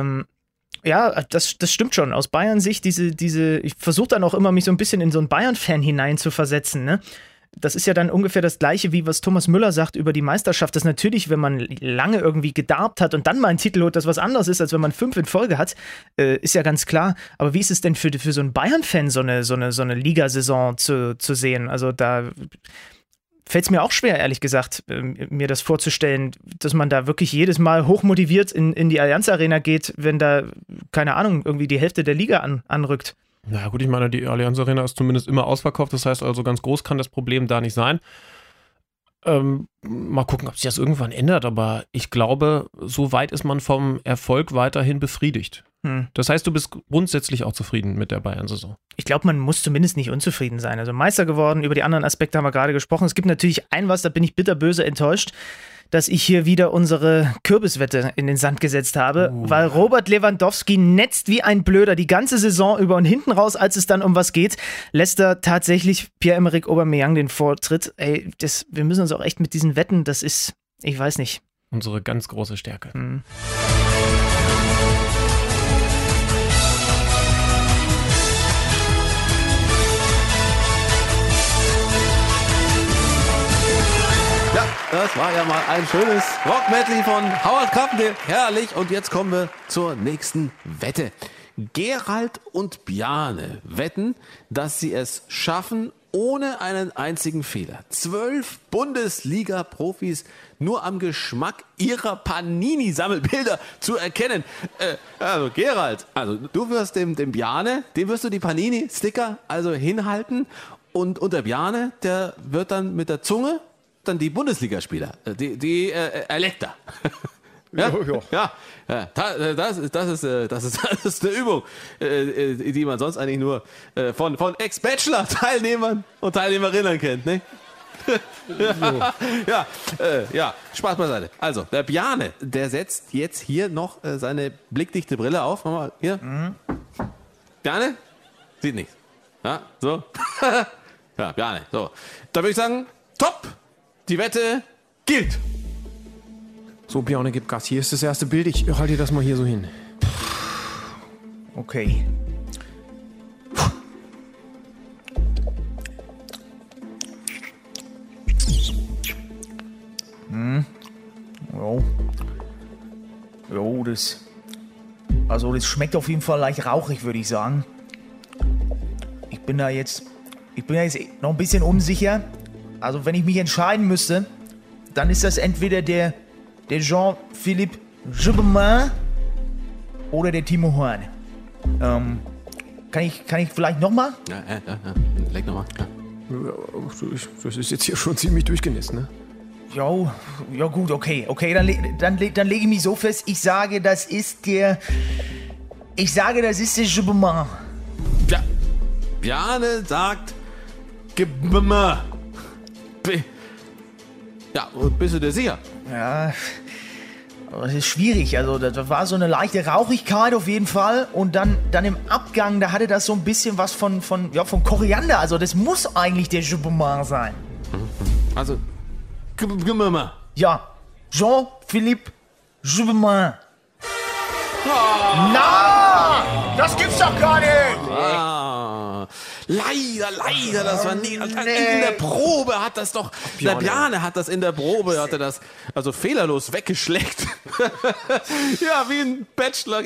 Ja, das stimmt schon. Aus Bayern-Sicht, ich versuche dann auch immer, mich so ein bisschen in so einen Bayern-Fan hinein zu versetzen, ne? Das ist ja dann ungefähr das Gleiche, wie was Thomas Müller sagt über die Meisterschaft. Das natürlich, wenn man lange irgendwie gedarbt hat und dann mal einen Titel holt, das was anderes ist, als wenn man 5 in Folge hat, ist ja ganz klar. Aber wie ist es denn für so einen Bayern-Fan, so eine Ligasaison zu sehen? Also da fällt es mir auch schwer, ehrlich gesagt, mir das vorzustellen, dass man da wirklich jedes Mal hochmotiviert in die Allianz Arena geht, wenn da, keine Ahnung, irgendwie die Hälfte der Liga anrückt. Na gut, ich meine, die Allianz Arena ist zumindest immer ausverkauft, das heißt also, ganz groß kann das Problem da nicht sein. Mal gucken, ob sich das irgendwann ändert, aber ich glaube, so weit ist man vom Erfolg weiterhin befriedigt. Das heißt, du bist grundsätzlich auch zufrieden mit der Bayern-Saison? Ich glaube, man muss zumindest nicht unzufrieden sein. Also Meister geworden, über die anderen Aspekte haben wir gerade gesprochen. Es gibt natürlich da bin ich bitterböse enttäuscht, dass ich hier wieder unsere Kürbiswette in den Sand gesetzt habe, weil Robert Lewandowski netzt wie ein Blöder die ganze Saison über und hinten raus, als es dann um was geht, lässt er tatsächlich Pierre-Emerick Aubameyang den Vortritt. Ey, wir müssen uns auch echt mit diesen Wetten, das ist, ich weiß nicht. Unsere ganz große Stärke. Das war ja mal ein schönes Rock-Medley von Howard Carpendale. Herrlich. Und jetzt kommen wir zur nächsten Wette. Gerald und Bjarne wetten, dass sie es schaffen, ohne einen einzigen Fehler 12 Bundesliga-Profis nur am Geschmack ihrer Panini-Sammelbilder zu erkennen. Also Gerald, du wirst dem Bjarne, dem wirst du die Panini-Sticker also hinhalten. Und der Bjarne, der wird dann mit der Zunge dann die Bundesligaspieler, die erleckt er. Ja, das ist eine Übung, die man sonst eigentlich nur von Ex-Bachelor-Teilnehmern und Teilnehmerinnen kennt, ne? Ja, Spaß beiseite. Also, der Bjarne, der setzt jetzt hier noch seine blickdichte Brille auf. Mach mal, hier. Bjarne? Sieht nichts. Ja, so. Ja, Bjarne, so. Da würde ich sagen, top! Die Wette gilt. So, Bjarne, gib Gas. Hier ist das erste Bild. Ich halte dir das mal hier so hin. Okay. Jo, das schmeckt auf jeden Fall leicht rauchig, würde ich sagen. Ich bin da jetzt noch ein bisschen unsicher. Also wenn ich mich entscheiden müsste, dann ist das entweder der Jean-Philippe Gibbermann oder der Timo Horn. Kann ich vielleicht nochmal? Ja, leg nochmal. Ja. Das ist jetzt hier schon ziemlich durchgenässt, ne? Ja gut, okay, dann lege ich mich so fest, ich sage, das ist der Ich sage, das ist der Jubiläum. Ja, Bjarne sagt, Gebimmer. Ja, und bist du dir sicher? Ja, aber das ist schwierig. Also, das war so eine leichte Rauchigkeit auf jeden Fall. Und dann im Abgang, da hatte das so ein bisschen was von Koriander. Also, das muss eigentlich der Jubiläum sein. Also, Gebimmer. Ja, Jean-Philippe Jubiläum. Na, das gibt's doch gar nicht. Leider, das war nie. In der Probe hat das doch. Der Bjarne hat das in der Probe, hatte das also fehlerlos weggeschleckt. Ja, wie ein Bachelor.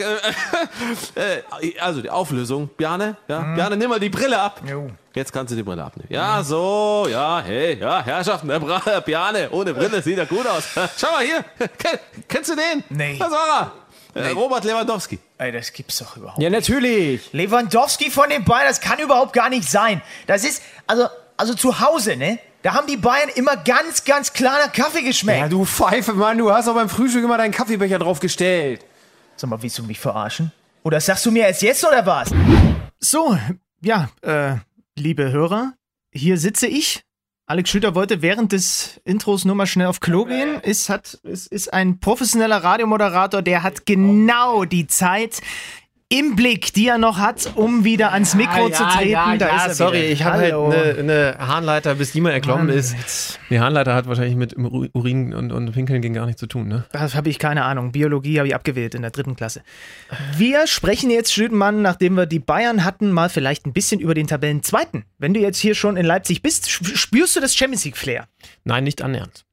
Also die Auflösung, Bjarne. Ja, Bjarne, nimm mal die Brille ab. Jo. Jetzt kannst du die Brille abnehmen. Ja, so, ja, hey, ja, Herrschaften, der Bjarne ohne Brille sieht ja gut aus. Schau mal hier. Kennst du den? Nee. Das war er. Robert Lewandowski. Ey, das gibt's doch überhaupt Ja, natürlich. Lewandowski von den Bayern, das kann überhaupt gar nicht sein. Das ist, also zu Hause, ne? Da haben die Bayern immer ganz, ganz klar nach Kaffee geschmeckt. Ja, du Pfeife, Mann, du hast auch beim Frühstück immer deinen Kaffeebecher draufgestellt. Sag mal, willst du mich verarschen? Oder sagst du mir erst jetzt oder was? So, ja, liebe Hörer, hier sitze ich. Alex Schlüter wollte während des Intros nur mal schnell auf Klo gehen. Es ist ein professioneller Radiomoderator, der hat genau die Zeit im Blick, die er noch hat, um wieder ans Mikro zu treten. Da ist er sorry, wieder. ich habe halt eine Harnleiter, bis die mal erklommen Mann, ist. Die Harnleiter hat wahrscheinlich mit Urin und Pinkeln ging gar nichts zu tun, ne? Das habe ich keine Ahnung. Biologie habe ich abgewählt in der 3. Klasse. Wir sprechen jetzt, Schlütenmann, nachdem wir die Bayern hatten, mal vielleicht ein bisschen über den Tabellenzweiten. Wenn du jetzt hier schon in Leipzig bist, spürst du das Champions League Flair? Nein, nicht annähernd.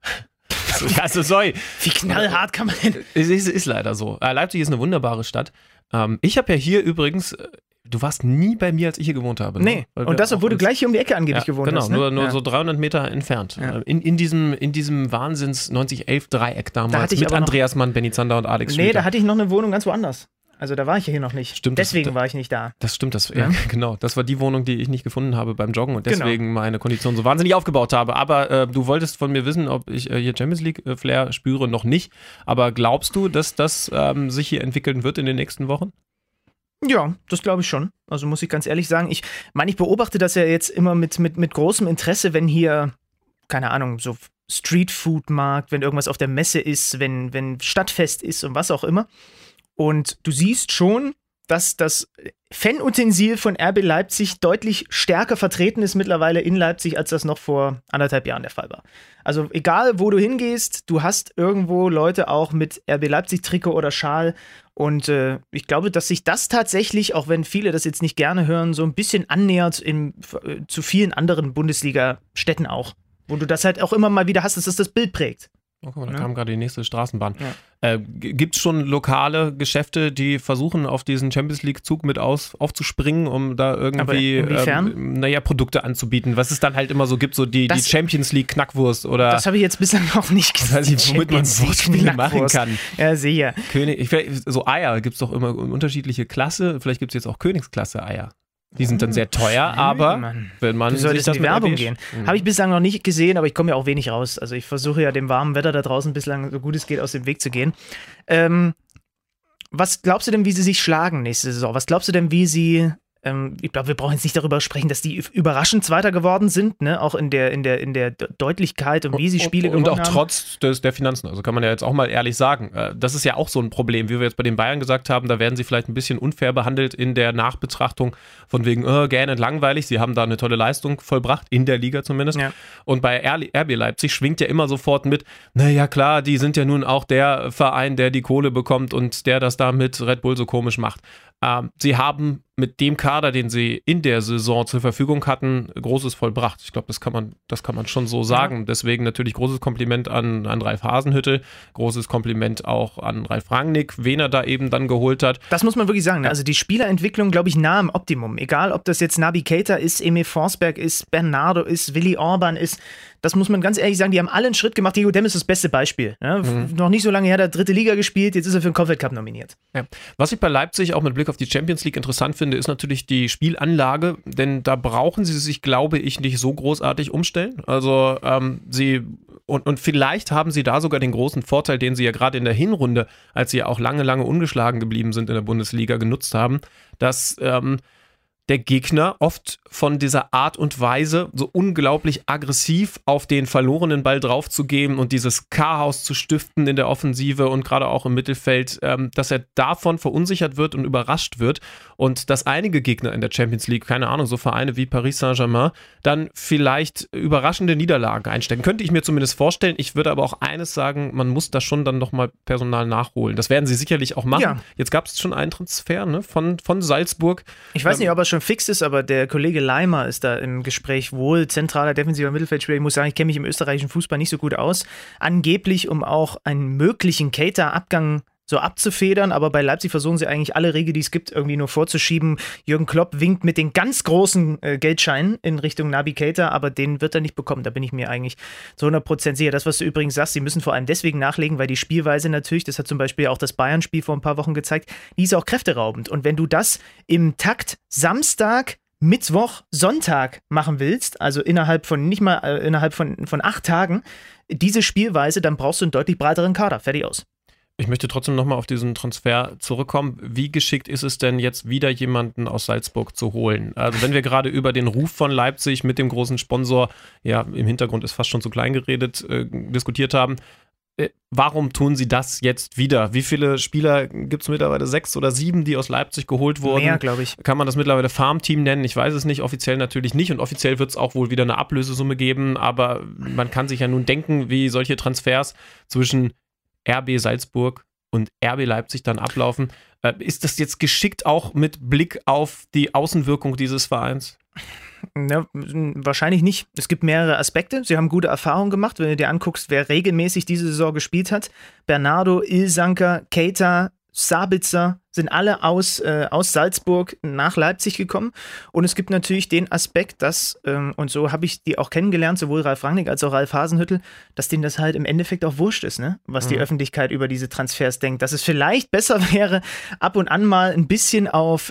Also, sorry. Wie knallhart kann man denn? Es ist leider so. Leipzig ist eine wunderbare Stadt. Ich habe ja hier übrigens, du warst nie bei mir, als ich hier gewohnt habe. Nee, ne? und das, obwohl du gleich hier um die Ecke angeblich gewohnt hast. Genau, Ne? nur so 300 Meter entfernt. Ja. In diesem Wahnsinns 9011-Dreieck damals mit Andreas Mann, Benny Zander und Alex Schlüter. Nee, da hatte ich noch eine Wohnung ganz woanders. Also da war ich ja hier noch nicht. Stimmt, deswegen war ich nicht da. Das stimmt, ja, genau. Das war die Wohnung, die ich nicht gefunden habe beim Joggen und deswegen meine Kondition so wahnsinnig aufgebaut habe. Aber du wolltest von mir wissen, ob ich hier Champions League Flair spüre, noch nicht. Aber glaubst du, dass das sich hier entwickeln wird in den nächsten Wochen? Ja, das glaube ich schon. Also muss ich ganz ehrlich sagen, ich beobachte das ja jetzt immer mit großem Interesse, wenn hier, keine Ahnung, so Streetfood-Markt, wenn irgendwas auf der Messe ist, wenn Stadtfest ist und was auch immer. Und du siehst schon, dass das Fanutensil von RB Leipzig deutlich stärker vertreten ist mittlerweile in Leipzig, als das noch vor 1,5 Jahren der Fall war. Also egal, wo du hingehst, du hast irgendwo Leute auch mit RB Leipzig-Trikot oder Schal. Und ich glaube, dass sich das tatsächlich, auch wenn viele das jetzt nicht gerne hören, so ein bisschen annähert zu vielen anderen Bundesliga-Städten auch. Wo du das halt auch immer mal wieder hast, dass das Bild prägt. Oh, guck mal, da kam gerade die nächste Straßenbahn. Ja. Gibt es schon lokale Geschäfte, die versuchen, auf diesen Champions League-Zug mit aufzuspringen, um da irgendwie Produkte anzubieten? Was es dann halt immer so gibt, so die Champions League-Knackwurst oder. Das habe ich jetzt bislang noch nicht gesehen. Weiß ich, womit man Wortspiele machen kann. Ja, sicher. So Eier gibt es doch immer in unterschiedliche Klasse. Vielleicht gibt es jetzt auch Königsklasse-Eier. Die sind dann sehr teuer, aber wenn man du solltest sich das in die Werbung gehen. Habe ich bislang noch nicht gesehen, aber ich komme ja auch wenig raus. Also ich versuche ja dem warmen Wetter da draußen bislang so gut es geht aus dem Weg zu gehen. Was glaubst du denn, wie sie sich schlagen nächste Saison? Was glaubst du denn, wie sie ich glaube, wir brauchen jetzt nicht darüber sprechen, dass die überraschend Zweiter geworden sind, ne? Auch in der Deutlichkeit und wie sie Spiele gewonnen haben. Und auch trotz der Finanzen, also kann man ja jetzt auch mal ehrlich sagen, das ist ja auch so ein Problem, wie wir jetzt bei den Bayern gesagt haben, da werden sie vielleicht ein bisschen unfair behandelt in der Nachbetrachtung von wegen, gähnend langweilig, sie haben da eine tolle Leistung vollbracht, in der Liga zumindest. Ja. Und bei RB Leipzig schwingt ja immer sofort mit, naja klar, die sind ja nun auch der Verein, der die Kohle bekommt und der das da mit Red Bull so komisch macht. Sie haben mit dem Kader, den sie in der Saison zur Verfügung hatten, Großes vollbracht. Ich glaube, das kann man schon so sagen. Ja. Deswegen natürlich großes Kompliment an Ralf Hasenhüttl, großes Kompliment auch an Ralf Rangnick, wen er da eben dann geholt hat. Das muss man wirklich sagen. Ne? Also die Spielerentwicklung, glaube ich, nah am Optimum. Egal, ob das jetzt Naby Keita ist, Emil Forsberg ist, Bernardo ist, Willi Orban ist. Das muss man ganz ehrlich sagen, die haben alle einen Schritt gemacht. Diego Dem ist das beste Beispiel. Ne? Noch nicht so lange her, der 3. Liga gespielt, jetzt ist er für den Confed-Cup nominiert. Ja. Was ich bei Leipzig auch mit Blick auf die Champions League interessant finde, ist natürlich die Spielanlage, denn da brauchen sie sich, glaube ich, nicht so großartig umstellen. Also sie Und vielleicht haben sie da sogar den großen Vorteil, den sie ja gerade in der Hinrunde, als sie ja auch lange, lange ungeschlagen geblieben sind in der Bundesliga, genutzt haben, dass der Gegner oft von dieser Art und Weise so unglaublich aggressiv auf den verlorenen Ball draufzugeben und dieses Chaos zu stiften in der Offensive und gerade auch im Mittelfeld, dass er davon verunsichert wird und überrascht wird und dass einige Gegner in der Champions League, keine Ahnung, so Vereine wie Paris Saint-Germain, dann vielleicht überraschende Niederlagen einstecken. Könnte ich mir zumindest vorstellen. Ich würde aber auch eines sagen, man muss da schon dann nochmal Personal nachholen. Das werden sie sicherlich auch machen. Ja. Jetzt gab es schon einen Transfer, ne, von Salzburg. Ich weiß nicht, ob er schon fix ist, aber der Kollege Leimer ist da im Gespräch, wohl zentraler defensiver Mittelfeldspieler. Ich muss sagen, ich kenne mich im österreichischen Fußball nicht so gut aus. Angeblich, um auch einen möglichen Keita-Abgang so abzufedern, aber bei Leipzig versuchen sie eigentlich alle Regeln, die es gibt, irgendwie nur vorzuschieben. Jürgen Klopp winkt mit den ganz großen Geldscheinen in Richtung Naby Keita, aber den wird er nicht bekommen. Da bin ich mir eigentlich zu 100% sicher. Das, was du übrigens sagst, sie müssen vor allem deswegen nachlegen, weil die Spielweise natürlich, das hat zum Beispiel auch das Bayern-Spiel vor ein paar Wochen gezeigt, die ist auch kräfteraubend. Und wenn du das im Takt Samstag, Mittwoch, Sonntag machen willst, also innerhalb von 8 Tagen, diese Spielweise, dann brauchst du einen deutlich breiteren Kader. Fertig aus. Ich möchte trotzdem nochmal auf diesen Transfer zurückkommen. Wie geschickt ist es denn jetzt wieder jemanden aus Salzburg zu holen? Also wenn wir gerade über den Ruf von Leipzig mit dem großen Sponsor, ja im Hintergrund ist fast schon zu klein geredet, diskutiert haben, warum tun sie das jetzt wieder? Wie viele Spieler gibt es mittlerweile? 6 oder 7, die aus Leipzig geholt wurden? Mehr, glaube ich. Kann man das mittlerweile Farmteam nennen? Ich weiß es nicht, offiziell natürlich nicht und offiziell wird es auch wohl wieder eine Ablösesumme geben, aber man kann sich ja nun denken, wie solche Transfers zwischen RB Salzburg und RB Leipzig dann ablaufen. Ist das jetzt geschickt auch mit Blick auf die Außenwirkung dieses Vereins? Ja, wahrscheinlich nicht. Es gibt mehrere Aspekte. Sie haben gute Erfahrungen gemacht, wenn du dir anguckst, wer regelmäßig diese Saison gespielt hat. Bernardo, Ilsanker, Keita, Sabitzer sind alle aus Salzburg nach Leipzig gekommen. Und es gibt natürlich den Aspekt, dass, und so habe ich die auch kennengelernt, sowohl Ralf Rangnick als auch Ralf Hasenhüttl, dass denen das halt im Endeffekt auch wurscht ist, ne? Was die Öffentlichkeit über diese Transfers denkt. Dass es vielleicht besser wäre, ab und an mal ein bisschen auf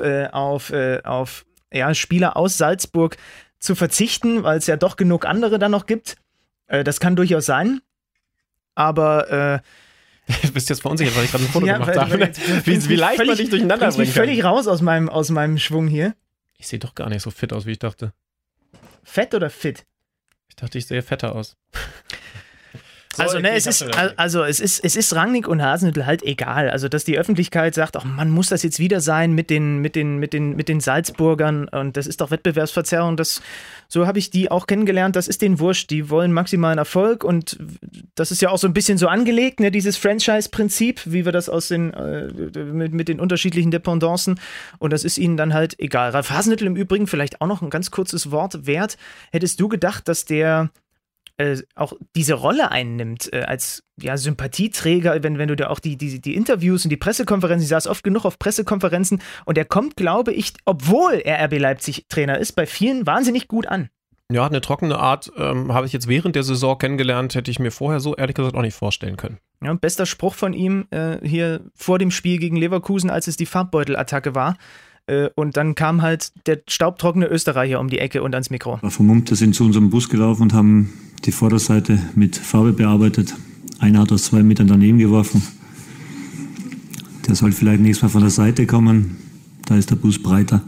Spieler aus Salzburg zu verzichten, weil es ja doch genug andere dann noch gibt. Das kann durchaus sein. Aber du bist jetzt verunsichert, weil ich gerade ein Foto gemacht habe. Wie leicht man dich durcheinander bringen kann. Ich bin völlig raus aus meinem Schwung hier. Ich sehe doch gar nicht so fit aus, wie ich dachte. Fett oder fit? Ich dachte, ich sehe fetter aus. So, also, ne, es ist Rangnick und Hasenhüttl halt egal. Also, dass die Öffentlichkeit sagt, ach, man muss das jetzt wieder sein mit den Salzburgern und das ist doch Wettbewerbsverzerrung. So habe ich die auch kennengelernt. Das ist denen wurscht. Die wollen maximalen Erfolg und das ist ja auch so ein bisschen so angelegt, ne, dieses Franchise-Prinzip, wie wir das aus mit den unterschiedlichen Dependancen. Und das ist ihnen dann halt egal. Ralf Hasenhüttl im Übrigen, vielleicht auch noch ein ganz kurzes Wort wert. Hättest du gedacht, dass der auch diese Rolle einnimmt, als Sympathieträger, wenn du dir auch die Interviews und die Pressekonferenzen, ich saß oft genug auf Pressekonferenzen und er kommt, glaube ich, obwohl er RB Leipzig Trainer ist, bei vielen wahnsinnig gut an. Ja, hat eine trockene Art, habe ich jetzt während der Saison kennengelernt, hätte ich mir vorher so ehrlich gesagt auch nicht vorstellen können. Ja, bester Spruch von ihm hier vor dem Spiel gegen Leverkusen, als es die Farbbeutel-Attacke war. Und dann kam halt der staubtrockene Österreicher um die Ecke und ans Mikro. Vermummte sind zu unserem Bus gelaufen und haben die Vorderseite mit Farbe bearbeitet. Einer hat aus 2 Metern daneben geworfen. Der soll vielleicht nächstes Mal von der Seite kommen. Da ist der Bus breiter.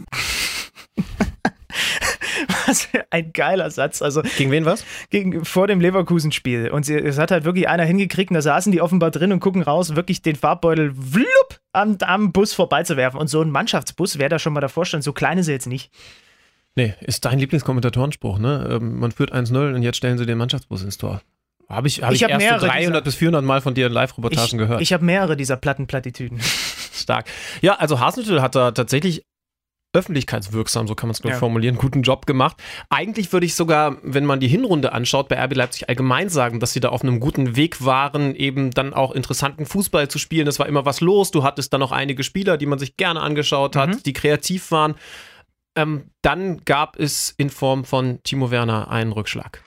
Was für ein geiler Satz. Also, gegen wen was? Vor dem Leverkusen-Spiel. Und es hat halt wirklich einer hingekriegt und da saßen die offenbar drin und gucken raus, wirklich den Farbbeutel am Bus vorbeizuwerfen. Und so ein Mannschaftsbus, wer da schon mal davor stand, so klein ist er jetzt nicht. Nee, ist dein Lieblingskommentatorenspruch, ne? Man führt 1-0 und jetzt stellen sie den Mannschaftsbus ins Tor. Habe ich erst so 300 bis 400 Mal von dir in Live-Reportagen gehört. Ich habe mehrere dieser Plattitüden. Stark. Ja, also Hasenhüttl hat da tatsächlich öffentlichkeitswirksam, so kann man es glaube ich formulieren, guten Job gemacht. Eigentlich würde ich sogar, wenn man die Hinrunde anschaut, bei RB Leipzig allgemein sagen, dass sie da auf einem guten Weg waren, eben dann auch interessanten Fußball zu spielen. Es war immer was los. Du hattest dann noch einige Spieler, die man sich gerne angeschaut hat, die kreativ waren. Dann gab es in Form von Timo Werner einen Rückschlag.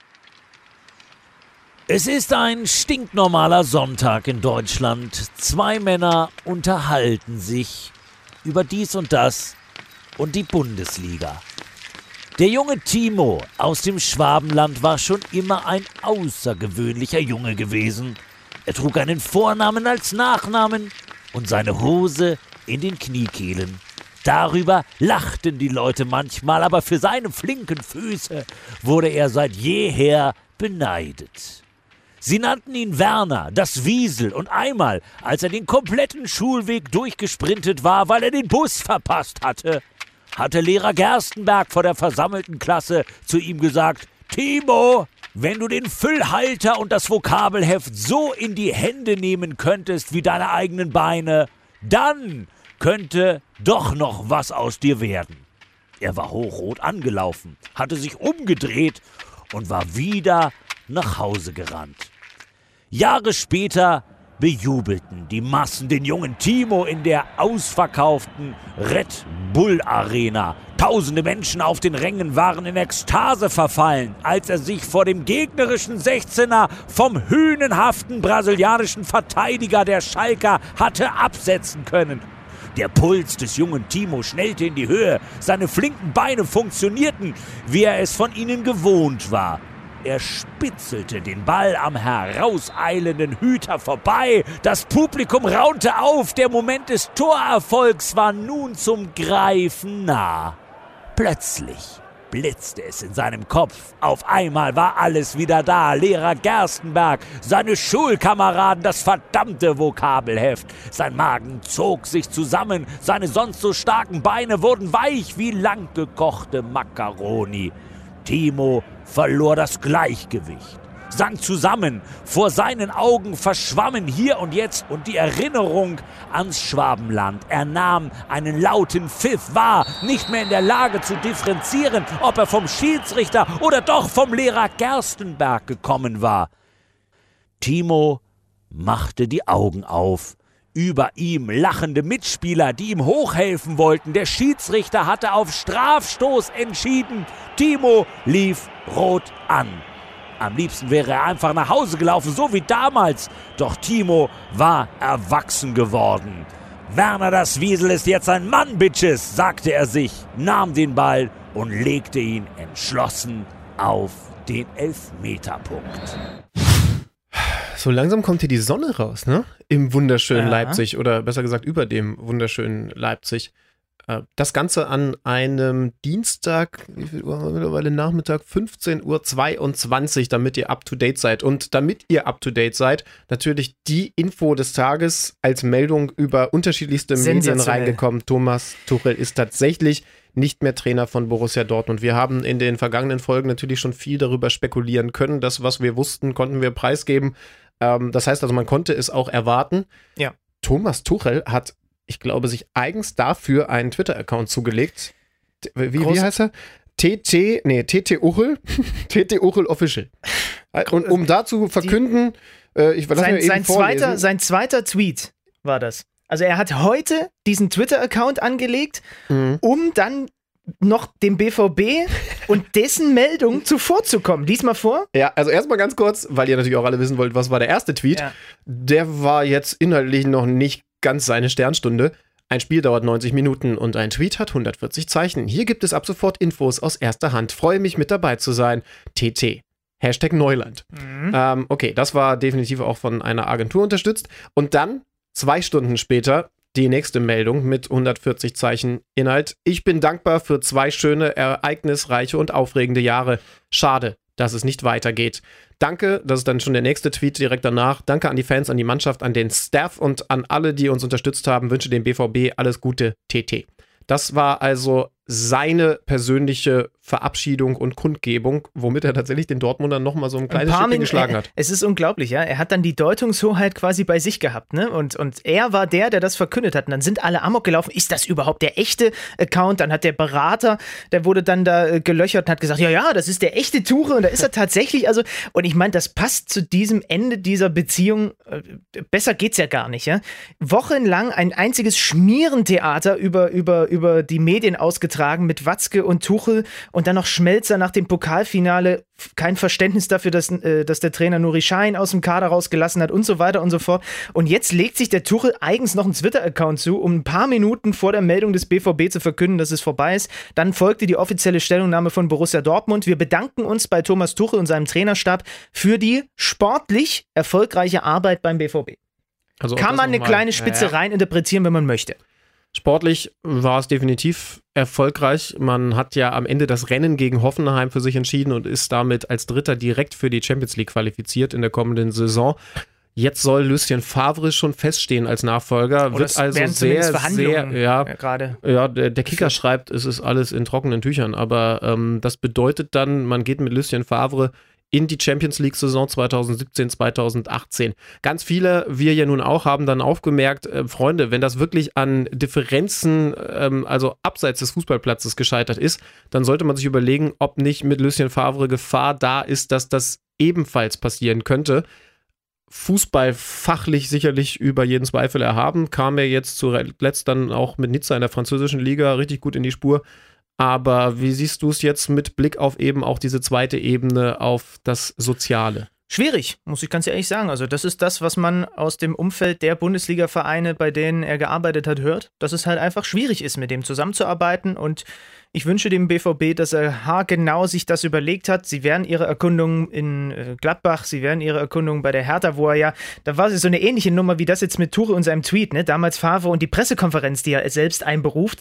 Es ist ein stinknormaler Sonntag in Deutschland. 2 Männer unterhalten sich über dies und das und die Bundesliga. Der junge Timo aus dem Schwabenland war schon immer ein außergewöhnlicher Junge gewesen. Er trug einen Vornamen als Nachnamen und seine Hose in den Kniekehlen. Darüber lachten die Leute manchmal, aber für seine flinken Füße wurde er seit jeher beneidet. Sie nannten ihn Werner, das Wiesel, und einmal, als er den kompletten Schulweg durchgesprintet war, weil er den Bus verpasst hatte Lehrer Gerstenberg vor der versammelten Klasse zu ihm gesagt: Timo, wenn du den Füllhalter und das Vokabelheft so in die Hände nehmen könntest wie deine eigenen Beine, dann könnte doch noch was aus dir werden. Er war hochrot angelaufen, hatte sich umgedreht und war wieder nach Hause gerannt. Jahre später bejubelten die Massen den jungen Timo in der ausverkauften Red Bull Arena. Tausende Menschen auf den Rängen waren in Ekstase verfallen, als er sich vor dem gegnerischen 16er vom hünenhaften brasilianischen Verteidiger der Schalker hatte absetzen können. Der Puls des jungen Timo schnellte in die Höhe, seine flinken Beine funktionierten, wie er es von ihnen gewohnt war. Er spitzelte den Ball am herauseilenden Hüter vorbei. Das Publikum raunte auf. Der Moment des Torerfolgs war nun zum Greifen nah. Plötzlich blitzte es in seinem Kopf. Auf einmal war alles wieder da. Lehrer Gerstenberg, seine Schulkameraden, das verdammte Vokabelheft. Sein Magen zog sich zusammen. Seine sonst so starken Beine wurden weich wie lang gekochte Makkaroni. Timo verlor das Gleichgewicht, sank zusammen, vor seinen Augen verschwammen hier und jetzt und die Erinnerung ans Schwabenland. Er nahm einen lauten Pfiff wahr, nicht mehr in der Lage zu differenzieren, ob er vom Schiedsrichter oder doch vom Lehrer Gerstenberg gekommen war. Timo machte die Augen auf. Über ihm lachende Mitspieler, die ihm hochhelfen wollten. Der Schiedsrichter hatte auf Strafstoß entschieden. Timo lief rot an. Am liebsten wäre er einfach nach Hause gelaufen, so wie damals. Doch Timo war erwachsen geworden. Werner das Wiesel ist jetzt ein Mann, Bitches, sagte er sich, nahm den Ball und legte ihn entschlossen auf den Elfmeterpunkt. So langsam kommt hier die Sonne raus, ne? Im wunderschönen Ja. Leipzig oder besser gesagt über dem wunderschönen Leipzig. Das Ganze an einem Dienstag, wie viel Uhr haben wir mittlerweile? Nachmittag, 15:22 Uhr, damit ihr up-to-date seid. Und damit ihr up-to-date seid, natürlich die Info des Tages als Meldung über unterschiedlichste Medien reingekommen. Thomas Tuchel ist tatsächlich nicht mehr Trainer von Borussia Dortmund. Wir haben in den vergangenen Folgen natürlich schon viel darüber spekulieren können. Das, was wir wussten, konnten wir preisgeben. Das heißt also, man konnte es auch erwarten. Ja. Thomas Tuchel hat, ich glaube, sich eigens dafür einen Twitter-Account zugelegt. Wie heißt er? TT Uchel. TT Uchel Official. Und um da zu verkünden, sein zweiter Tweet war das. Also er hat heute diesen Twitter-Account angelegt, um dann noch dem BVB und dessen Meldung zuvorzukommen. Lies mal vor. Ja, also erstmal ganz kurz, weil ihr natürlich auch alle wissen wollt, was war der erste Tweet. Ja. Der war jetzt inhaltlich noch nicht ganz seine Sternstunde. Ein Spiel dauert 90 Minuten und ein Tweet hat 140 Zeichen. Hier gibt es ab sofort Infos aus erster Hand. Freue mich, mit dabei zu sein. TT. Hashtag Neuland. Okay, das war definitiv auch von einer Agentur unterstützt. Und dann 2 Stunden später die nächste Meldung mit 140 Zeichen Inhalt. Ich bin dankbar für 2 schöne, ereignisreiche und aufregende Jahre. Schade, dass es nicht weitergeht. Danke, das ist dann schon der nächste Tweet direkt danach. Danke an die Fans, an die Mannschaft, an den Staff und an alle, die uns unterstützt haben. Wünsche dem BVB alles Gute, TT. Das war also seine persönliche Verabschiedung und Kundgebung, womit er tatsächlich den Dortmundern nochmal so ein kleines Stückchen geschlagen hat. Es ist unglaublich, ja. Er hat dann die Deutungshoheit quasi bei sich gehabt, ne? Und er war der das verkündet hat. Und dann sind alle amok gelaufen. Ist das überhaupt der echte Account? Dann hat der Berater, der wurde dann da gelöchert und hat gesagt, ja, das ist der echte Tuchel. Und da ist er tatsächlich, also, und ich meine, das passt zu diesem Ende dieser Beziehung. Besser geht's ja gar nicht, ja. Wochenlang ein einziges Schmierentheater über die Medien ausgetragen mit Watzke und Tuchel Und dann noch Schmelzer nach dem Pokalfinale, kein Verständnis dafür, dass der Trainer Nuri Sahin aus dem Kader rausgelassen hat und so weiter und so fort. Und jetzt legt sich der Tuchel eigens noch einen Twitter-Account zu, um ein paar Minuten vor der Meldung des BVB zu verkünden, dass es vorbei ist. Dann folgte die offizielle Stellungnahme von Borussia Dortmund. Wir bedanken uns bei Thomas Tuchel und seinem Trainerstab für die sportlich erfolgreiche Arbeit beim BVB. Also kann man eine kleine Spitze reininterpretieren, wenn man möchte. Sportlich war es definitiv erfolgreich. Man hat ja am Ende das Rennen gegen Hoffenheim für sich entschieden und ist damit als Dritter direkt für die Champions League qualifiziert in der kommenden Saison. Jetzt soll Lucien Favre schon feststehen als Nachfolger. Wird also sehr, gerade. Ja, der Kicker schreibt, es ist alles in trockenen Tüchern. Aber das bedeutet dann, man geht mit Lucien Favre in die Champions League-Saison 2017, 2018. Ganz viele, wir ja nun auch, haben dann aufgemerkt, Freunde, wenn das wirklich an Differenzen, also abseits des Fußballplatzes gescheitert ist, dann sollte man sich überlegen, ob nicht mit Lucien Favre Gefahr da ist, dass das ebenfalls passieren könnte. Fußball fachlich sicherlich über jeden Zweifel erhaben, kam er jetzt zuletzt dann auch mit Nizza in der französischen Liga richtig gut in die Spur. Aber wie siehst du es jetzt mit Blick auf eben auch diese zweite Ebene, auf das Soziale? Schwierig, muss ich ganz ehrlich sagen. Also das ist das, was man aus dem Umfeld der Bundesliga-Vereine, bei denen er gearbeitet hat, hört, dass es halt einfach schwierig ist, mit dem zusammenzuarbeiten. Und ich wünsche dem BVB, dass er haargenau sich das überlegt hat. Sie werden ihre Erkundungen in Gladbach, sie werden ihre Erkundungen bei der Hertha, wo er ja, da war es so eine ähnliche Nummer wie das jetzt mit Tuchel und seinem Tweet, ne? Damals Favre und die Pressekonferenz, die er selbst einberuft.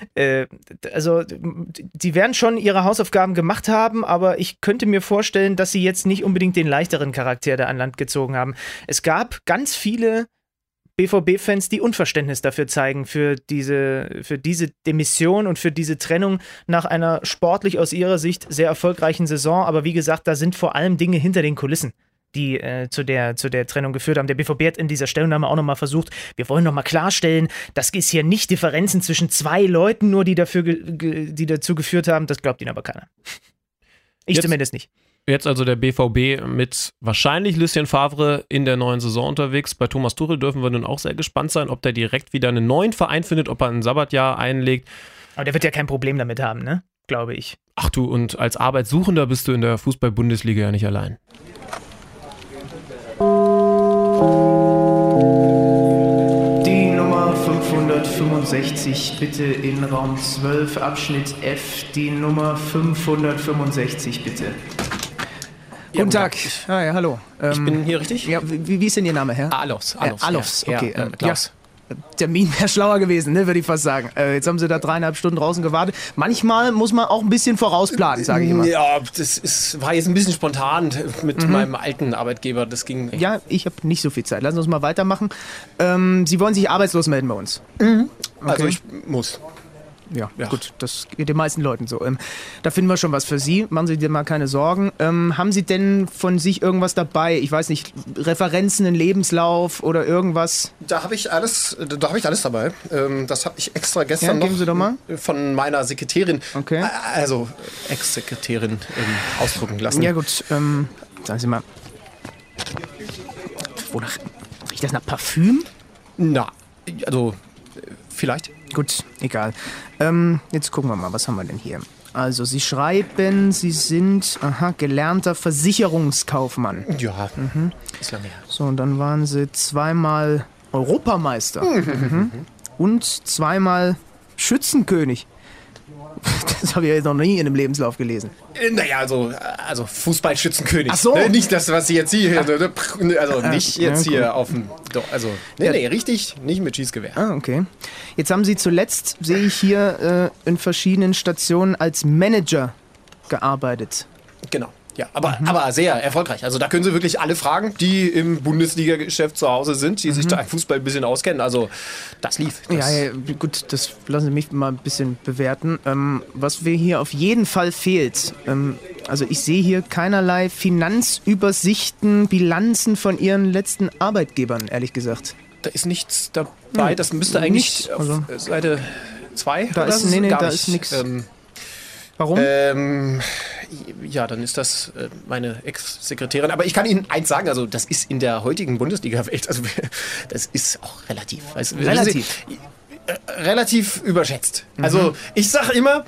Also die werden schon ihre Hausaufgaben gemacht haben, aber ich könnte mir vorstellen, dass sie jetzt nicht unbedingt den leichteren Charakter da an Land gezogen haben. Es gab ganz viele BVB-Fans, die Unverständnis dafür zeigen, für diese Demission und für diese Trennung nach einer sportlich aus ihrer Sicht sehr erfolgreichen Saison. Aber wie gesagt, da sind vor allem Dinge hinter den Kulissen, die zu der Trennung geführt haben. Der BVB hat in dieser Stellungnahme auch nochmal versucht, wir wollen nochmal klarstellen, das ist hier nicht Differenzen zwischen zwei Leuten nur, die dazu geführt haben. Das glaubt ihnen aber keiner. Ich zumindest nicht. Jetzt also der BVB mit wahrscheinlich Lucien Favre in der neuen Saison unterwegs. Bei Thomas Tuchel dürfen wir nun auch sehr gespannt sein, ob der direkt wieder einen neuen Verein findet, ob er ein Sabbatjahr einlegt. Aber der wird ja kein Problem damit haben, ne? Glaube ich. Ach du, und als Arbeitssuchender bist du in der Fußball-Bundesliga ja nicht allein. Die Nummer 565 bitte in Raum 12, Abschnitt F. Die Nummer 565 bitte. Guten Tag. Ja, hallo. Ich bin hier richtig? Ja, wie ist denn Ihr Name, Herr? Alofs. Alofs, okay. Ja, Klaus. Ja, Termin wäre schlauer gewesen, ne, würde ich fast sagen. Jetzt haben Sie da 3,5 Stunden draußen gewartet. Manchmal muss man auch ein bisschen vorausplanen, sage ich immer. Ja, war jetzt ein bisschen spontan mit meinem alten Arbeitgeber. Das ging echt. Ja, ich habe nicht so viel Zeit. Lassen Sie uns mal weitermachen. Sie wollen sich arbeitslos melden bei uns? Okay. Also ich muss. Ja, gut, das geht den meisten Leuten so. Da finden wir schon was für Sie. Machen Sie dir mal keine Sorgen. Haben Sie denn von sich irgendwas dabei? Ich weiß nicht, Referenzen, einen Lebenslauf oder irgendwas? Da habe ich alles dabei. Das habe ich extra gestern geben Sie doch mal. Von meiner Sekretärin, okay. Also Ex-Sekretärin, ausdrucken lassen. Ja gut, sagen Sie mal, wonach riecht das nach Parfüm? Na, also vielleicht. Gut, egal. Jetzt gucken wir mal, was haben wir denn hier? Also, Sie schreiben, Sie sind gelernter Versicherungskaufmann. Ja, ist lange her. So, und dann waren Sie 2-mal Europameister. Und 2-mal Schützenkönig. Das habe ich ja jetzt noch nie in einem Lebenslauf gelesen. Naja, also Fußballschützenkönig. Ach so. Nicht das, was Sie jetzt hier, also nicht jetzt hier auf dem, also, nee, richtig, nicht mit Schießgewehr. Ah, okay. Jetzt haben Sie zuletzt, sehe ich hier, in verschiedenen Stationen als Manager gearbeitet. Genau. Ja, aber sehr erfolgreich. Also da können Sie wirklich alle fragen, die im Bundesliga-Geschäft zu Hause sind, die sich da im Fußball ein bisschen auskennen. Also das lief. Ja, gut, das lassen Sie mich mal ein bisschen bewerten. Was mir hier auf jeden Fall fehlt, also ich sehe hier keinerlei Finanzübersichten, Bilanzen von Ihren letzten Arbeitgebern, ehrlich gesagt. Da ist nichts dabei. Das müsste eigentlich auf Seite 2 da ist, da ist nichts. Warum? Ja, dann ist das meine Ex-Sekretärin. Aber ich kann Ihnen eins sagen, also das ist in der heutigen Bundesliga-Welt, also das ist auch relativ. Relativ? Relativ überschätzt. Also ich sage immer,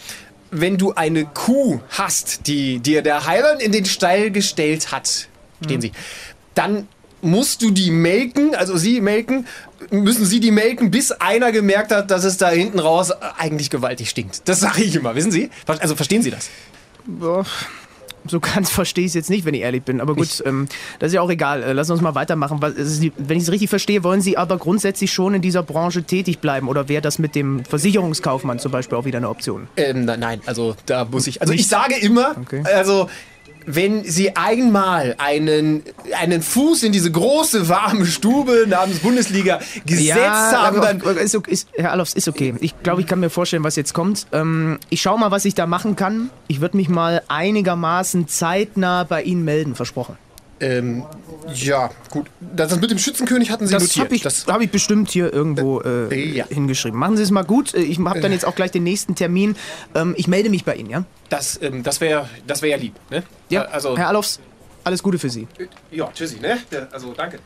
wenn du eine Kuh hast, die dir der Heiland in den Stall gestellt hat, stehen Sie, dann musst du die melken, müssen sie die melken, bis einer gemerkt hat, dass es da hinten raus eigentlich gewaltig stinkt. Das sage ich immer, wissen Sie? Also verstehen Sie das? Boah. So ganz verstehe ich es jetzt nicht, wenn ich ehrlich bin. Aber gut, das ist ja auch egal. Lass uns mal weitermachen. Wenn ich es richtig verstehe, wollen Sie aber grundsätzlich schon in dieser Branche tätig bleiben? Oder wäre das mit dem Versicherungskaufmann zum Beispiel auch wieder eine Option? Nein, also da muss ich... Also ich sage immer, also wenn Sie einmal einen Fuß in diese große, warme Stube namens Bundesliga gesetzt haben, dann... Herr Allofs, ist okay. Ich glaube, ich kann mir vorstellen, was jetzt kommt. Ich schaue mal, was ich da machen kann. Ich würde mich mal einigermaßen zeitnah bei Ihnen melden, versprochen. Ja, gut. Das mit dem Schützenkönig hatten Sie notiert. Das habe ich bestimmt hier irgendwo hingeschrieben. Machen Sie es mal gut. Ich habe dann jetzt auch gleich den nächsten Termin. Ich melde mich bei Ihnen, ja? Das wäre ja lieb, ne? Ja, also, Herr Allofs, alles Gute für Sie. Ja, tschüssi, ne? Also, danke.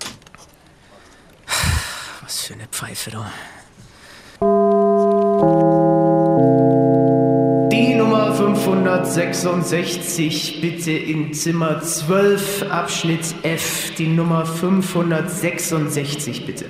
Was für eine Pfeife, du. Die Nummer 566, bitte in Zimmer 12, Abschnitt F. Die Nummer 566, bitte.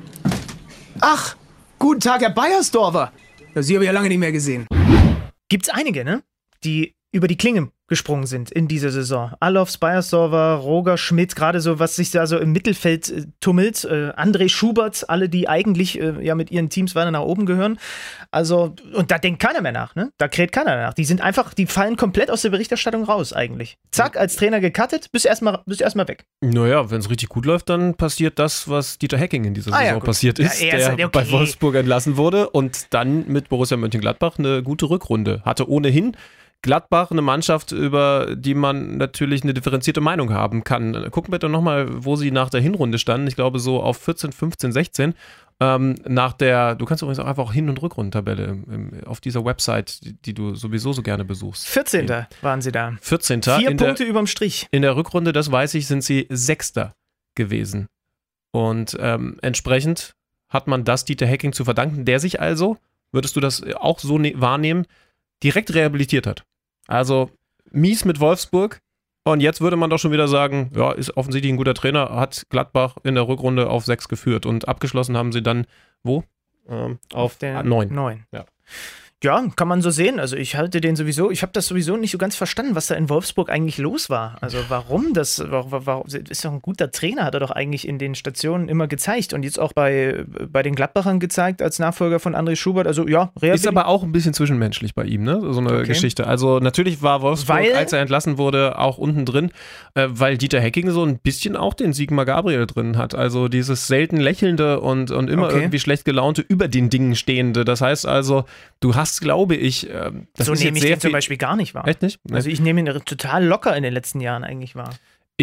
Ach, guten Tag, Herr Beiersdorfer. Sie habe ich ja lange nicht mehr gesehen. Gibt's einige, ne? Die über die Klinge gesprungen sind in dieser Saison. Allofs, Beiersdorfer, Roger Schmidt, gerade so, was sich da so im Mittelfeld tummelt. André Schubert, alle, die eigentlich ja mit ihren Teams weiter nach oben gehören. Also, und da denkt keiner mehr nach, ne? Da kräht keiner nach. Die fallen komplett aus der Berichterstattung raus, eigentlich. Zack, als Trainer gecuttet, bist erstmal weg. Naja, wenn es richtig gut läuft, dann passiert das, was Dieter Hecking in dieser Saison passiert ist, der bei Wolfsburg entlassen wurde und dann mit Borussia Mönchengladbach eine gute Rückrunde hatte. Ohnehin Gladbach, eine Mannschaft, über die man natürlich eine differenzierte Meinung haben kann. Gucken wir doch nochmal, wo sie nach der Hinrunde standen. Ich glaube so auf 14, 15, 16. Du kannst übrigens auch einfach Hin- und Rückrundentabelle auf dieser Website, die du sowieso so gerne besuchst. 14. waren sie da. 14. 4 Punkte überm Strich. In der Rückrunde, das weiß ich, sind sie 6. gewesen. Und entsprechend hat man das Dieter Hecking zu verdanken, der sich also, würdest du das auch so wahrnehmen, direkt rehabilitiert hat. Also mies mit Wolfsburg und jetzt würde man doch schon wieder sagen, ja, ist offensichtlich ein guter Trainer, hat Gladbach in der Rückrunde auf 6 geführt und abgeschlossen haben sie dann wo? Auf der 9. Ja, kann man so sehen. Also ich habe das sowieso nicht so ganz verstanden, was da in Wolfsburg eigentlich los war. Also warum das, ist doch ein guter Trainer, hat er doch eigentlich in den Stationen immer gezeigt und jetzt auch bei den Gladbachern gezeigt als Nachfolger von André Schubert. Also ja, ist aber auch ein bisschen zwischenmenschlich bei ihm, ne? So eine Geschichte. Also natürlich war Wolfsburg, als er entlassen wurde, auch unten drin, weil Dieter Hecking so ein bisschen auch den Sigmar Gabriel drin hat. Also dieses selten lächelnde und immer irgendwie schlecht gelaunte, über den Dingen stehende. Das heißt also, du hast, glaube ich, das so ist nehme jetzt ich sehr den zum Beispiel gar nicht wahr. Echt nicht? Also ich nehme ihn total locker in den letzten Jahren eigentlich wahr.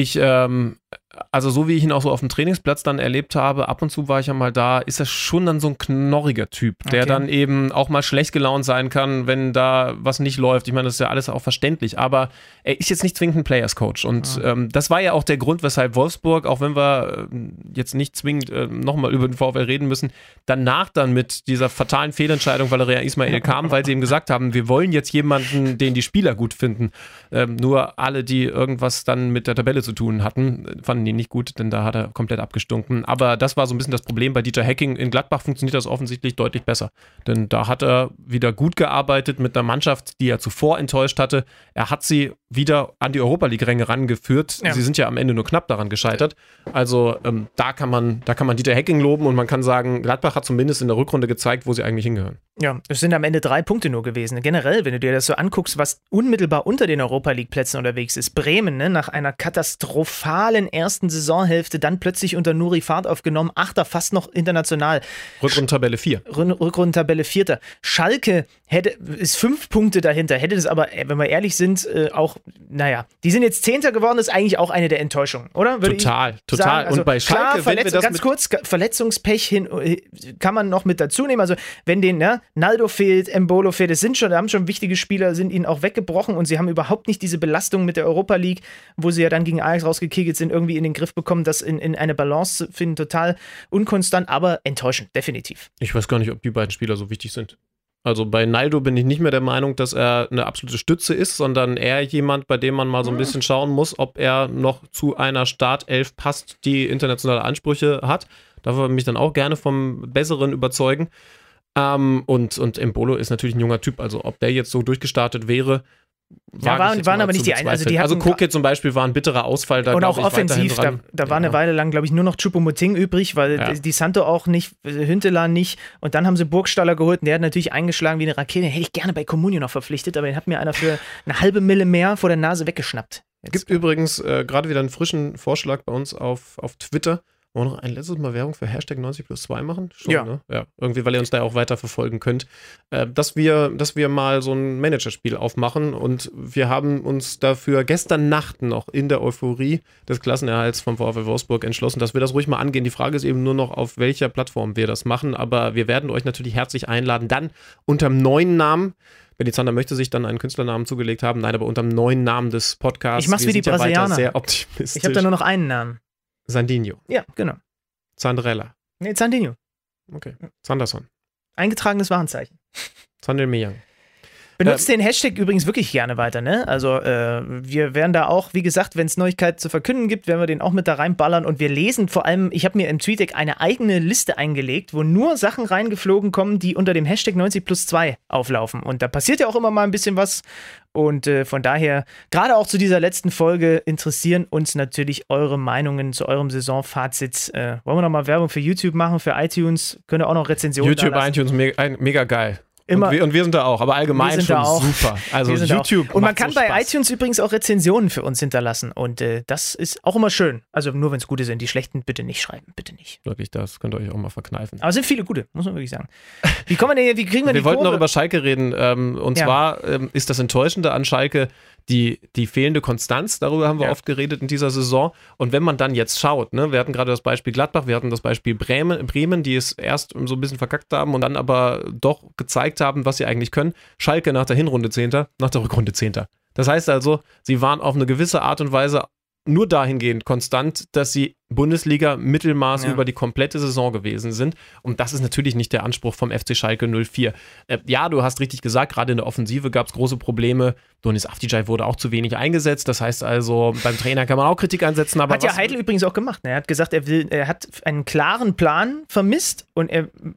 Also so wie ich ihn auch so auf dem Trainingsplatz dann erlebt habe, ab und zu war ich ja mal da, ist er schon dann so ein knorriger Typ, der dann eben auch mal schlecht gelaunt sein kann, wenn da was nicht läuft. Ich meine, das ist ja alles auch verständlich, aber er ist jetzt nicht zwingend ein Players-Coach und das war ja auch der Grund, weshalb Wolfsburg, auch wenn wir jetzt nicht zwingend nochmal über den VfL reden müssen, danach dann mit dieser fatalen Fehlentscheidung Valérien Ismaël kam, weil sie ihm gesagt haben, wir wollen jetzt jemanden, den die Spieler gut finden. Nur alle, die irgendwas dann mit der Tabelle zu tun hatten, fanden ihn nicht gut, denn da hat er komplett abgestunken. Aber das war so ein bisschen das Problem bei Dieter Hecking. In Gladbach funktioniert das offensichtlich deutlich besser. Denn da hat er wieder gut gearbeitet mit einer Mannschaft, die er zuvor enttäuscht hatte. Er hat sie wieder an die Europa-League-Ränge rangeführt. Ja. Sie sind ja am Ende nur knapp daran gescheitert. Also da kann man Dieter Hecking loben und man kann sagen, Gladbach hat zumindest in der Rückrunde gezeigt, wo sie eigentlich hingehören. Ja, es sind am Ende 3 Punkte nur gewesen. Generell, wenn du dir das so anguckst, was unmittelbar unter den Europa-League-Plätzen unterwegs ist. Bremen, ne, nach einer katastrophalen ersten Saisonhälfte, dann plötzlich unter Nuri Fahrt aufgenommen, 8. fast noch international. Rückrundentabelle 4. Rückrundentabelle 4. Schalke ist 5 Punkte dahinter, hätte das aber, wenn wir ehrlich sind, auch, naja, die sind jetzt 10. geworden, ist eigentlich auch eine der Enttäuschungen, oder? Total. Also, und bei Schalke, klar, Verletzungspech kann man noch mit dazu nehmen. Also wenn denen Naldo fehlt, Embolo fehlt, da haben schon wichtige Spieler, sind ihnen auch weggebrochen und sie haben überhaupt nicht diese Belastung mit der Europa League, wo sie ja dann gegen Ajax rausgekegelt sind, irgendwie in den Griff bekommen, das in eine Balance zu finden, total unkonstant, aber enttäuschend, definitiv. Ich weiß gar nicht, ob die beiden Spieler so wichtig sind. Also bei Naldo bin ich nicht mehr der Meinung, dass er eine absolute Stütze ist, sondern eher jemand, bei dem man mal so ein bisschen schauen muss, ob er noch zu einer Startelf passt, die internationale Ansprüche hat. Da würde mich dann auch gerne vom Besseren überzeugen. Und Embolo ist natürlich ein junger Typ, also ob der jetzt so durchgestartet wäre, waren aber nicht die einen. Also Koke zum Beispiel war ein bitterer Ausfall. Da und auch offensiv, da war eine Weile lang, glaube ich, nur noch Choupo-Moting übrig, weil die Santo auch nicht, Hünteler nicht. Und dann haben sie Burgstaller geholt und der hat natürlich eingeschlagen wie eine Rakete. Den hätte ich gerne bei Comunio noch verpflichtet, aber den hat mir einer für eine halbe Mille mehr vor der Nase weggeschnappt. Es gibt übrigens gerade wieder einen frischen Vorschlag bei uns auf Twitter. Wollen wir noch ein letztes Mal Werbung für Hashtag 90+2 machen? Schon, ja. Ne? Ja. Irgendwie, weil ihr uns da auch weiter verfolgen könnt. Dass wir mal so ein Managerspiel aufmachen und wir haben uns dafür gestern Nacht noch in der Euphorie des Klassenerhalts vom VfL Wolfsburg entschlossen, dass wir das ruhig mal angehen. Die Frage ist eben nur noch, auf welcher Plattform wir das machen, aber wir werden euch natürlich herzlich einladen, dann unterm neuen Namen. Benny Zander möchte sich dann einen Künstlernamen zugelegt haben, nein, aber unterm neuen Namen des Podcasts. Ich mach's wie die Brasilianer. Sehr optimistisch. Ich habe da nur noch einen Namen. Sandinho. Ja, genau. Zandrella. Nee, Sandinho. Okay. Sanderson. Eingetragenes Warenzeichen. Sandel Meyang. Benutzt den Hashtag übrigens wirklich gerne weiter, ne? Also wir werden da auch, wie gesagt, wenn es Neuigkeiten zu verkünden gibt, werden wir den auch mit da reinballern und wir lesen vor allem, ich habe mir im TweetDeck eine eigene Liste eingelegt, wo nur Sachen reingeflogen kommen, die unter dem Hashtag 90+2 auflaufen und da passiert ja auch immer mal ein bisschen was und von daher, gerade auch zu dieser letzten Folge interessieren uns natürlich eure Meinungen zu eurem Saisonfazit. Wollen wir nochmal Werbung für YouTube machen, für iTunes? Könnt ihr auch noch Rezensionen YouTube, iTunes, mega geil. Immer. Und wir sind da auch, aber allgemein schon super. Also YouTube. Und man kann so bei Spaß. iTunes übrigens auch Rezensionen für uns hinterlassen. Und das ist auch immer schön. Also nur wenn es gute sind. Die schlechten bitte nicht schreiben. Bitte nicht. Wirklich, das könnt ihr euch auch mal verkneifen. Aber es sind viele gute, muss man wirklich sagen. Wie kriegen wir die Kurve? Wir wollten noch über Schalke reden. Und zwar ist das Enttäuschende an Schalke die fehlende Konstanz. Darüber haben wir oft geredet in dieser Saison. Und wenn man dann jetzt schaut, ne, wir hatten gerade das Beispiel Gladbach, wir hatten das Beispiel Bremen, die es erst so ein bisschen verkackt haben und dann aber doch gezeigt haben, was sie eigentlich können. Schalke nach der Hinrunde 10., nach der Rückrunde 10. Das heißt also, sie waren auf eine gewisse Art und Weise nur dahingehend konstant, dass sie Bundesliga-Mittelmaß über die komplette Saison gewesen sind. Und das ist natürlich nicht der Anspruch vom FC Schalke 04. Ja, du hast richtig gesagt, gerade in der Offensive gab es große Probleme. Donis Avdijay wurde auch zu wenig eingesetzt. Das heißt also, beim Trainer kann man auch Kritik ansetzen. Aber hat ja Heidel übrigens auch gemacht. Ne? Er hat gesagt, er hat einen klaren Plan vermisst. Und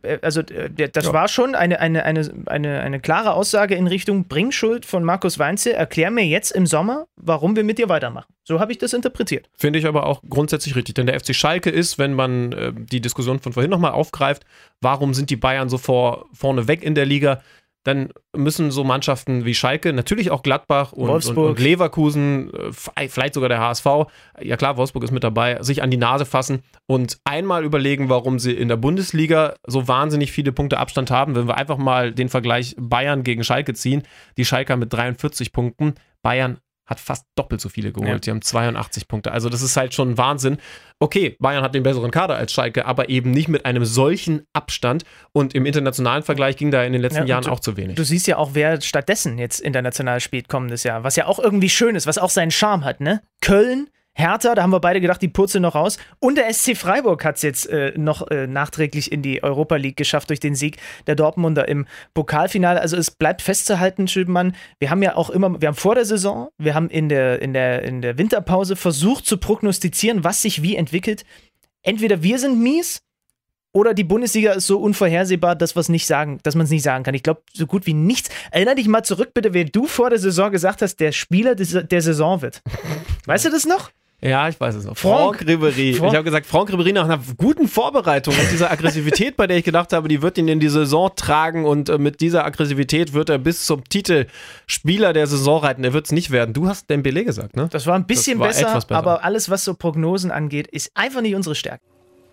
das war schon eine klare Aussage in Richtung Bringschuld von Markus Weinze. Erklär mir jetzt im Sommer, warum wir mit dir weitermachen. So habe ich das interpretiert. Finde ich aber auch grundsätzlich richtig. Denn der FC Schalke ist, wenn man die Diskussion von vorhin nochmal aufgreift, warum sind die Bayern so vorne weg in der Liga, dann müssen so Mannschaften wie Schalke, natürlich auch Gladbach und Leverkusen, vielleicht sogar der HSV, ja klar, Wolfsburg ist mit dabei, sich an die Nase fassen und einmal überlegen, warum sie in der Bundesliga so wahnsinnig viele Punkte Abstand haben. Wenn wir einfach mal den Vergleich Bayern gegen Schalke ziehen, die Schalker mit 43 Punkten, Bayern hat fast doppelt so viele geholt. Ja. Die haben 82 Punkte. Also das ist halt schon Wahnsinn. Okay, Bayern hat den besseren Kader als Schalke, aber eben nicht mit einem solchen Abstand. Und im internationalen Vergleich ging da in den letzten Jahren auch zu wenig. Du siehst ja auch, wer stattdessen jetzt international spielt kommendes Jahr. Was ja auch irgendwie schön ist, was auch seinen Charme hat, ne? Köln, Hertha, da haben wir beide gedacht, die purzeln noch raus. Und der SC Freiburg hat es jetzt noch nachträglich in die Europa League geschafft durch den Sieg der Dortmunder im Pokalfinale. Also es bleibt festzuhalten, Schübenmann, wir haben ja auch immer, wir haben vor der Saison, wir haben in der Winterpause versucht zu prognostizieren, was sich wie entwickelt. Entweder wir sind mies oder die Bundesliga ist so unvorhersehbar, dass man es nicht sagen kann. Ich glaube, so gut wie nichts. Erinner dich mal zurück, bitte, wer du vor der Saison gesagt hast, der Spieler der Saison wird. Weißt du das noch? Ja, ich weiß es noch. Franck Ribéry. Ich habe gesagt, Franck Ribéry nach einer guten Vorbereitung und dieser Aggressivität, bei der ich gedacht habe, die wird ihn in die Saison tragen und mit dieser Aggressivität wird er bis zum Titel Spieler der Saison reiten. Er wird es nicht werden. Du hast Dembélé gesagt, ne? Das war ein bisschen besser, aber alles, was so Prognosen angeht, ist einfach nicht unsere Stärke.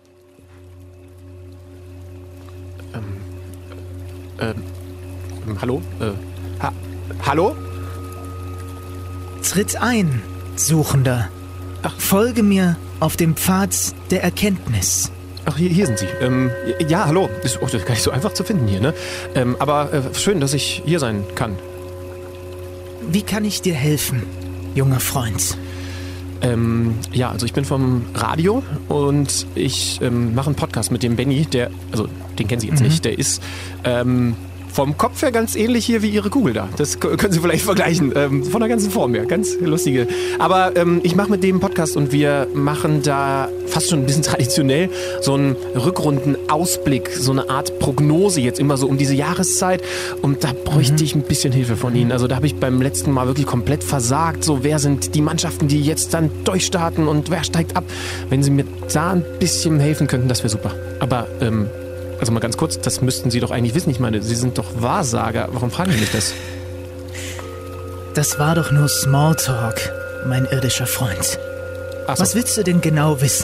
Hallo? Hallo? Tritt ein, Suchender. Folge mir auf dem Pfad der Erkenntnis. Ach, hier sind Sie. Ja, hallo. Das ist gar nicht so einfach zu finden hier, ne? Aber schön, dass ich hier sein kann. Wie kann ich dir helfen, junger Freund? Ja, also ich bin vom Radio und ich mache einen Podcast mit dem Benny, den kennen Sie jetzt nicht, der ist vom Kopf her ganz ähnlich hier wie ihre Kugel da. Das können Sie vielleicht vergleichen. Von der ganzen Form her. Ganz lustige. Aber ich mache mit dem Podcast und wir machen da fast schon ein bisschen traditionell so einen Rückrundenausblick, so eine Art Prognose jetzt immer so um diese Jahreszeit. Und da bräuchte ich ein bisschen Hilfe von Ihnen. Also da habe ich beim letzten Mal wirklich komplett versagt. So, wer sind die Mannschaften, die jetzt dann durchstarten und wer steigt ab? Wenn Sie mir da ein bisschen helfen könnten, das wäre super. Aber also mal ganz kurz, das müssten Sie doch eigentlich wissen. Ich meine, Sie sind doch Wahrsager. Warum fragen Sie mich das? Das war doch nur Smalltalk, mein irdischer Freund. Ach so. Was willst du denn genau wissen?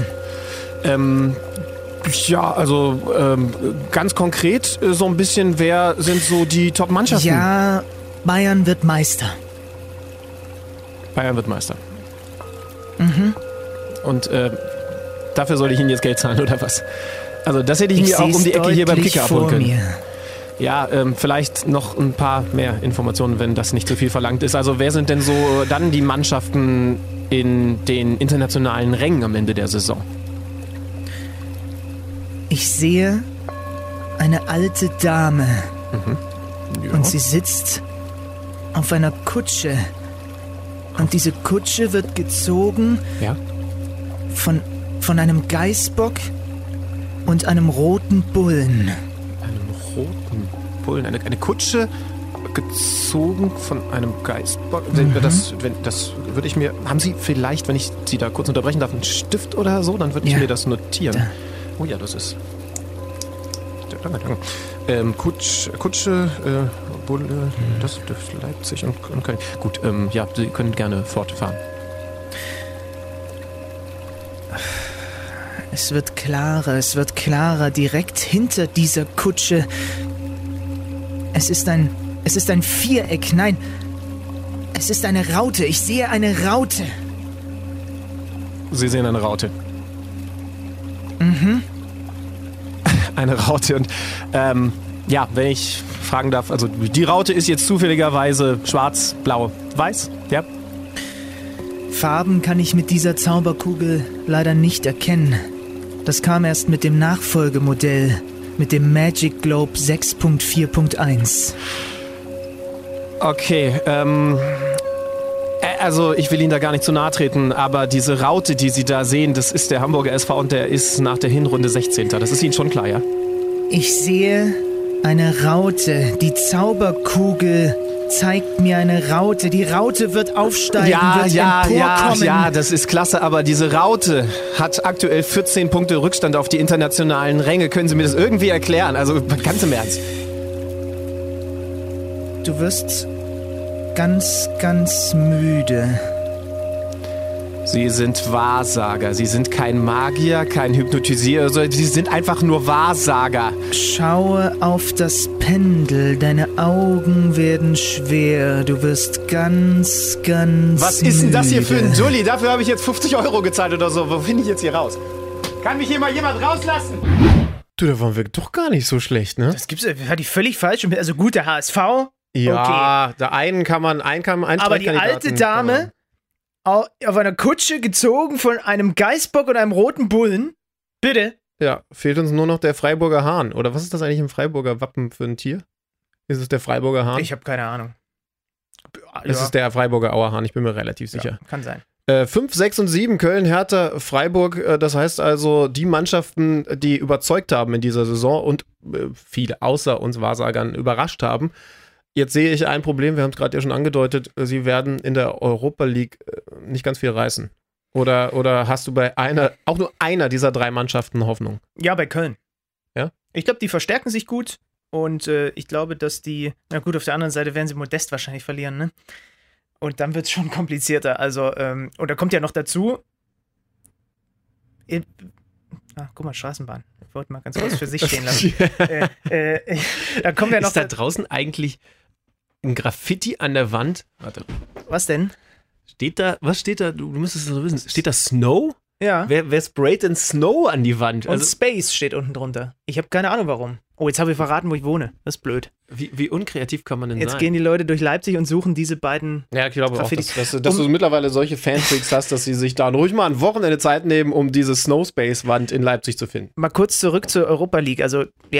Ja, also ganz konkret so ein bisschen, wer sind so die Top-Mannschaften? Ja, Bayern wird Meister. Bayern wird Meister. Mhm. Und dafür soll ich Ihnen jetzt Geld zahlen, oder was? Also das hätte ich mir auch um die Ecke hier beim Kicker abholen können. Mir. Ja, vielleicht noch ein paar mehr Informationen, wenn das nicht zu viel verlangt ist. Also wer sind denn so dann die Mannschaften in den internationalen Rängen am Ende der Saison? Ich sehe eine alte Dame. Ja. Und sie sitzt auf einer Kutsche. Und diese Kutsche wird gezogen von einem Geißbock und einem roten Bullen. Einem roten Bullen? Eine Kutsche gezogen von einem Geißbock? Das würde ich mir... Haben Sie vielleicht, wenn ich Sie da kurz unterbrechen darf, einen Stift oder so? Dann würde ich mir das notieren. Da. Oh ja, das ist... Kutsche, Bulle, das dürfte Leipzig und Köln. Gut, ja, Sie können gerne fortfahren. Es wird klarer, direkt hinter dieser Kutsche. Es ist ein Viereck, nein, es ist eine Raute. Ich sehe eine Raute. Sie sehen eine Raute. Mhm. Eine Raute und, ja, wenn ich fragen darf, also die Raute ist jetzt zufälligerweise schwarz, blau, weiß, ja? Farben kann ich mit dieser Zauberkugel leider nicht erkennen. Das kam erst mit dem Nachfolgemodell, mit dem Magic Globe 6.4.1. Okay, also ich will Ihnen da gar nicht zu nahe treten, aber diese Raute, die Sie da sehen, das ist der Hamburger SV und der ist nach der Hinrunde 16. Das ist Ihnen schon klar, ja? Ich sehe eine Raute. Die Zauberkugel zeigt mir eine Raute. Die Raute wird aufsteigen, wird emporkommen. Ja, das ist klasse, aber diese Raute hat aktuell 14 Punkte Rückstand auf die internationalen Ränge. Können Sie mir das irgendwie erklären? Also ganz im Ernst. Du wirst ganz, ganz müde. Sie sind Wahrsager. Sie sind kein Magier, kein Hypnotisierer. Sie sind einfach nur Wahrsager. Schaue auf das Pendel. Deine Augen werden schwer. Du wirst ganz, ganz Was ist denn das hier für ein Dulli? Dafür habe ich jetzt 50 € gezahlt oder so. Wo finde ich jetzt hier raus? Kann mich hier mal jemand rauslassen? Du, da waren wir doch gar nicht so schlecht, ne? Das gibt's ja die völlig falsch. Also gut, der HSV. Ja, okay. der einen kann man aber die alte Dame auf einer Kutsche gezogen von einem Geißbock und einem roten Bullen. Bitte. Ja, fehlt uns nur noch der Freiburger Hahn. Oder was ist das eigentlich im Freiburger Wappen für ein Tier? Ist es der Freiburger Hahn? Ich habe keine Ahnung. Es ist der Freiburger Auerhahn, ich bin mir relativ sicher. Ja, kann sein. 5, 6 und 7, Köln, Hertha, Freiburg. Das heißt also, die Mannschaften, die überzeugt haben in dieser Saison und viele außer uns Wahrsagern überrascht haben. Jetzt sehe ich ein Problem, wir haben es gerade ja schon angedeutet, sie werden in der Europa League nicht ganz viel reißen. Oder hast du bei auch nur einer dieser 3 Mannschaften Hoffnung? Ja, bei Köln. Ja? Ich glaube, die verstärken sich gut und ich glaube, dass die, na gut, auf der anderen Seite werden sie Modest wahrscheinlich verlieren, ne? Und dann wird es schon komplizierter. Also, und da kommt ja noch dazu, guck mal, Straßenbahn. Ich wollte mal ganz kurz für sich stehen lassen. Da kommt ja noch ist da draußen eigentlich ein Graffiti an der Wand? Warte. Was denn? Was steht da? Du müsstest es so wissen. Steht da Snow? Ja. Wer sprayt denn Snow an die Wand? Und Space steht unten drunter. Ich habe keine Ahnung warum. Oh, jetzt habe ich verraten, wo ich wohne. Das ist blöd. Wie unkreativ kann man denn sein? Jetzt gehen die Leute durch Leipzig und suchen diese beiden. Ja, ich glaube auch, dass du mittlerweile solche Fanfreaks hast, dass sie sich da ruhig mal ein Wochenende Zeit nehmen, um diese Snowspace-Wand in Leipzig zu finden. Mal kurz zurück zur Europa League. Also, ja,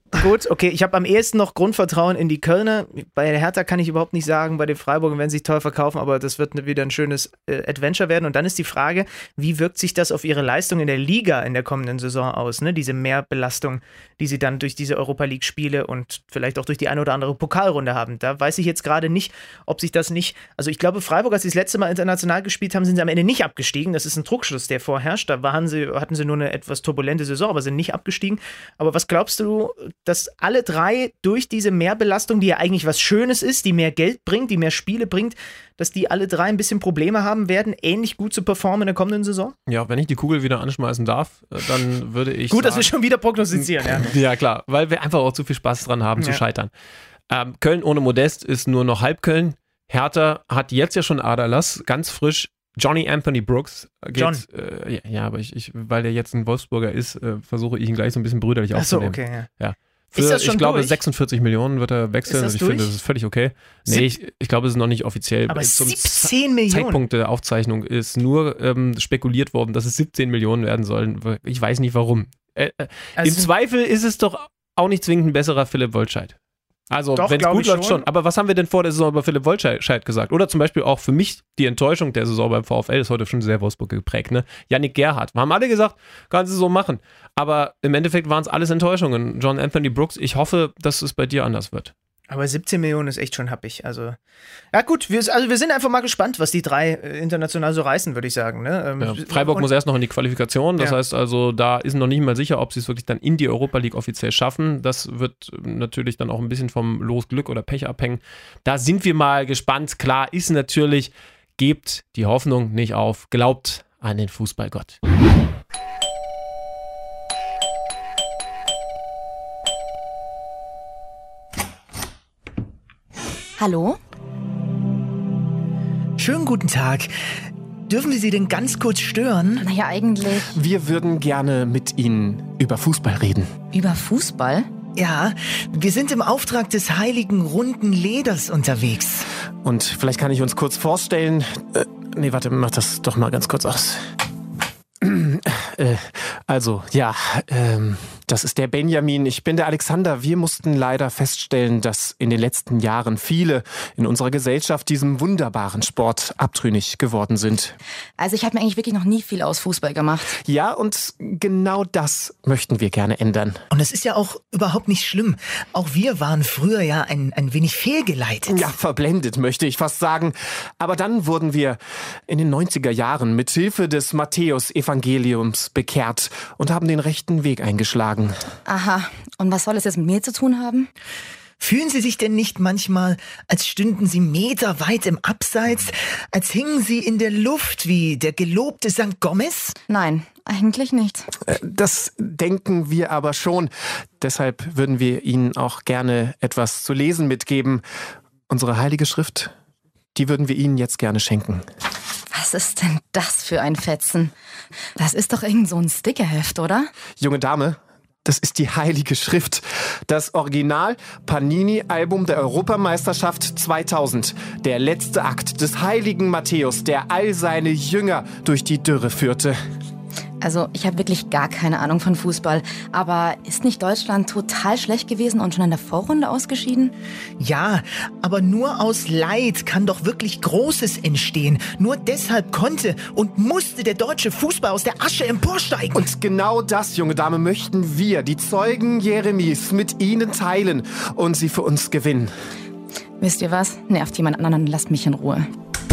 Gut, okay, ich habe am ehesten noch Grundvertrauen in die Kölner. Bei der Hertha kann ich überhaupt nicht sagen, bei den Freiburgern werden sie sich toll verkaufen, aber das wird wieder ein schönes Adventure werden. Und dann ist die Frage, wie wirkt sich das auf ihre Leistung in der Liga in der kommenden Saison aus? Ne? Diese Mehrbelastung, die sie dann durch diese Europa-League-Spiele und vielleicht auch durch die eine oder andere Pokalrunde haben. Da weiß ich jetzt gerade nicht, ob sich das nicht... Also ich glaube, Freiburg, als sie das letzte Mal international gespielt haben, sind sie am Ende nicht abgestiegen. Das ist ein Druckschluss, der vorherrscht. Da hatten sie nur eine etwas turbulente Saison, aber sind nicht abgestiegen. Aber was glaubst du, dass alle drei durch diese Mehrbelastung, die ja eigentlich was Schönes ist, die mehr Geld bringt, die mehr Spiele bringt, dass die alle drei ein bisschen Probleme haben werden, ähnlich gut zu performen in der kommenden Saison? Ja, wenn ich die Kugel wieder anschmeißen darf, dann würde ich Gut, dass wir schon wieder prognostizieren, ja. Ja, klar, weil wir einfach auch zu viel Spaß dran haben, zu scheitern. Köln ohne Modest ist nur noch Halbköln. Hertha hat jetzt ja schon Aderlass, ganz frisch. Johnny Anthony Brooks geht, aber weil der jetzt ein Wolfsburger ist, versuche ich ihn gleich so ein bisschen brüderlich aufzunehmen. Ach so, okay, ja. Ist das schon ich glaube, durch? 46 Millionen wird er wechseln. Ist das ich durch? finde, das ist völlig okay. Nee, ich glaube, es ist noch nicht offiziell. Aber Zum 17 Millionen? Zeitpunkt der Aufzeichnung ist nur spekuliert worden, dass es 17 Millionen werden sollen. Ich weiß nicht warum. Im Zweifel ist es doch auch nicht zwingend ein besserer Philipp Wollscheid. Also, wenn es gut läuft, schon. Aber was haben wir denn vor der Saison über Philipp Wollscheid gesagt? Oder zum Beispiel auch für mich die Enttäuschung der Saison beim VfL ist heute schon sehr Wolfsburg geprägt. Ne? Yannick Gerhardt. Wir haben alle gesagt, kannst du so machen. Aber im Endeffekt waren es alles Enttäuschungen. John Anthony Brooks, ich hoffe, dass es bei dir anders wird. Aber 17 Millionen ist echt schon happig. Also, ja gut, wir sind einfach mal gespannt, was die drei international so reißen, würde ich sagen. Ne? Freiburg muss erst noch in die Qualifikation. Das heißt also, da ist noch nicht mal sicher, ob sie es wirklich dann in die Europa League offiziell schaffen. Das wird natürlich dann auch ein bisschen vom Los Glück oder Pech abhängen. Da sind wir mal gespannt. Klar ist natürlich, gebt die Hoffnung nicht auf. Glaubt an den Fußballgott. Hallo? Schönen guten Tag. Dürfen wir Sie denn ganz kurz stören? Naja, eigentlich. Wir würden gerne mit Ihnen über Fußball reden. Über Fußball? Ja, wir sind im Auftrag des heiligen runden Leders unterwegs. Und vielleicht kann ich uns kurz vorstellen... mach das doch mal ganz kurz aus. Das ist der Benjamin, ich bin der Alexander. Wir mussten leider feststellen, dass in den letzten Jahren viele in unserer Gesellschaft diesem wunderbaren Sport abtrünnig geworden sind. Also ich habe mir eigentlich wirklich noch nie viel aus Fußball gemacht. Ja, und genau das möchten wir gerne ändern. Und es ist ja auch überhaupt nicht schlimm. Auch wir waren früher ja ein wenig fehlgeleitet. Ja, verblendet möchte ich fast sagen. Aber dann wurden wir in den 90er Jahren mit Hilfe des Matthäus-Evangeliums bekehrt und haben den rechten Weg eingeschlagen. Aha, und was soll es jetzt mit mir zu tun haben? Fühlen Sie sich denn nicht manchmal, als stünden Sie meterweit im Abseits, als hingen Sie in der Luft wie der gelobte St. Gomez? Nein, eigentlich nicht. Das denken wir aber schon. Deshalb würden wir Ihnen auch gerne etwas zu lesen mitgeben. Unsere heilige Schrift, die würden wir Ihnen jetzt gerne schenken. Was ist denn das für ein Fetzen? Das ist doch irgend so ein Stickerheft, oder? Junge Dame, das ist die Heilige Schrift. Das Original Panini-Album der Europameisterschaft 2000. Der letzte Akt des heiligen Matthäus, der all seine Jünger durch die Dürre führte. Also, ich habe wirklich gar keine Ahnung von Fußball. Aber ist nicht Deutschland total schlecht gewesen und schon in der Vorrunde ausgeschieden? Ja, aber nur aus Leid kann doch wirklich Großes entstehen. Nur deshalb konnte und musste der deutsche Fußball aus der Asche emporsteigen. Und genau das, junge Dame, möchten wir, die Zeugen Jeremies, mit Ihnen teilen und sie für uns gewinnen. Wisst ihr was? Nervt jemand anderen und lasst mich in Ruhe.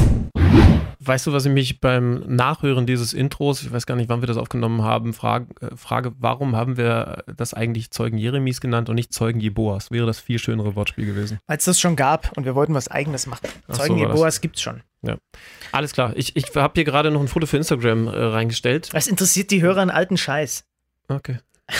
Weißt du, was ich mich beim Nachhören dieses Intros, ich weiß gar nicht, wann wir das aufgenommen haben, frage, warum haben wir das eigentlich Zeugen Jeremies genannt und nicht Zeugen Jeboas? Wäre das viel schönere Wortspiel gewesen. Weil es das schon gab und wir wollten was Eigenes machen. Zeugen Jeboas gibt's schon. Ja, alles klar. Ich habe hier gerade noch ein Foto für Instagram reingestellt. Was interessiert die Hörer an alten Scheiß? Okay.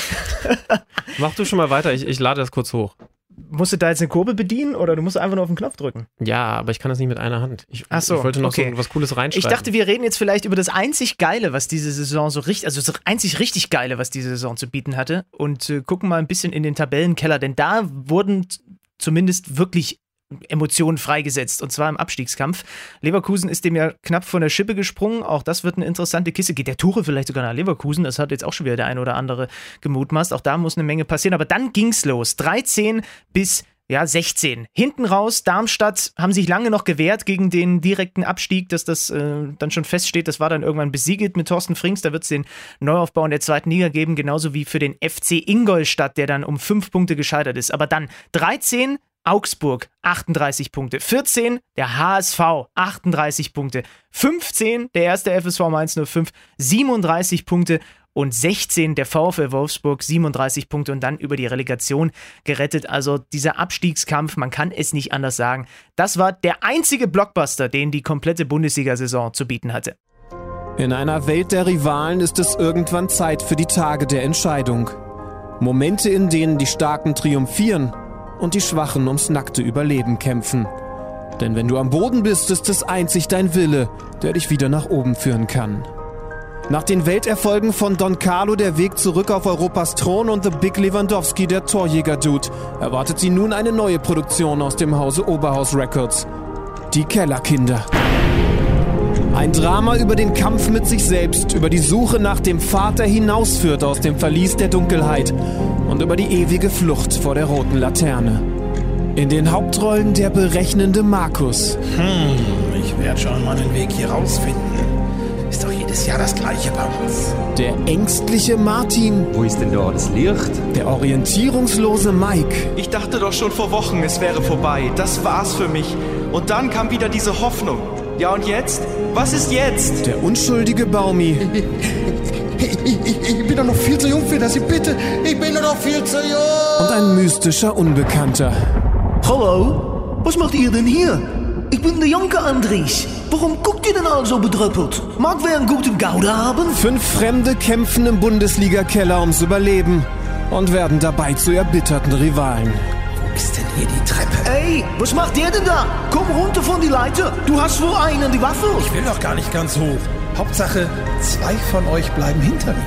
Mach du schon mal weiter, ich lade das kurz hoch. Musst du da jetzt eine Kurbel bedienen oder du musst einfach nur auf den Knopf drücken? Ja, aber ich kann das nicht mit einer Hand. Ich wollte noch so was Cooles reinschreiben. Ich dachte, wir reden jetzt vielleicht über das einzig Geile, was diese Saison so richtig, also das einzig richtig Geile, was diese Saison zu bieten hatte und gucken mal ein bisschen in den Tabellenkeller, denn da wurden zumindest wirklich Emotionen freigesetzt, und zwar im Abstiegskampf. Leverkusen ist dem ja knapp von der Schippe gesprungen, auch das wird eine interessante Kiste. Geht der Tuchel vielleicht sogar nach Leverkusen? Das hat jetzt auch schon wieder der ein oder andere gemutmaßt. Auch da muss eine Menge passieren, aber dann ging's los. 13 bis 16. Hinten raus, Darmstadt haben sich lange noch gewehrt gegen den direkten Abstieg, dass das dann schon feststeht. Das war dann irgendwann besiegelt mit Thorsten Frings. Da wird es den Neuaufbau in der 2. Liga geben, genauso wie für den FC Ingolstadt, der dann um 5 Punkte gescheitert ist. Aber dann 13, Augsburg, 38 Punkte. 14, der HSV, 38 Punkte. 15, der erste FSV Mainz 05, 37 Punkte. Und 16 der VfL Wolfsburg, 37 Punkte und dann über die Relegation gerettet. Also dieser Abstiegskampf, man kann es nicht anders sagen. Das war der einzige Blockbuster, den die komplette Bundesliga-Saison zu bieten hatte. In einer Welt der Rivalen ist es irgendwann Zeit für die Tage der Entscheidung. Momente, in denen die Starken triumphieren und die Schwachen ums nackte Überleben kämpfen. Denn wenn du am Boden bist, ist es einzig dein Wille, der dich wieder nach oben führen kann. Nach den Welterfolgen von Don Carlo der Weg zurück auf Europas Thron und The Big Lewandowski, der Torjäger-Dude, erwartet sie nun eine neue Produktion aus dem Hause Oberhaus Records. Die Kellerkinder. Ein Drama über den Kampf mit sich selbst, über die Suche nach dem Pfad, der hinausführt aus dem Verlies der Dunkelheit und über die ewige Flucht vor der roten Laterne. In den Hauptrollen der berechnende Markus. Ich werde schon mal einen Weg hier rausfinden. Ist doch jedes Jahr das Gleiche bei uns. Der ängstliche Martin. Wo ist denn da das Licht? Der orientierungslose Mike. Ich dachte doch schon vor Wochen, es wäre vorbei. Das war's für mich. Und dann kam wieder diese Hoffnung. Ja, und jetzt? Was ist jetzt? Der unschuldige Baumi. Ich bin doch noch viel zu jung für das, bitte. Ich bin doch noch viel zu jung. Und ein mystischer Unbekannter. Hallo? Was macht ihr denn hier? Ich bin der Janke Andries. Warum guckt ihr denn alle so bedröppelt? Mag wer einen guten Gauder haben? 5 Fremde kämpfen im Bundesliga-Keller ums Überleben und werden dabei zu erbitterten Rivalen. Wo ist denn hier die Treppe? Ey, was macht der denn da? Komm runter von die Leiter. Du hast wohl einen die Waffe. Ich will doch gar nicht ganz hoch. Hauptsache, 2 von euch bleiben hinter mir.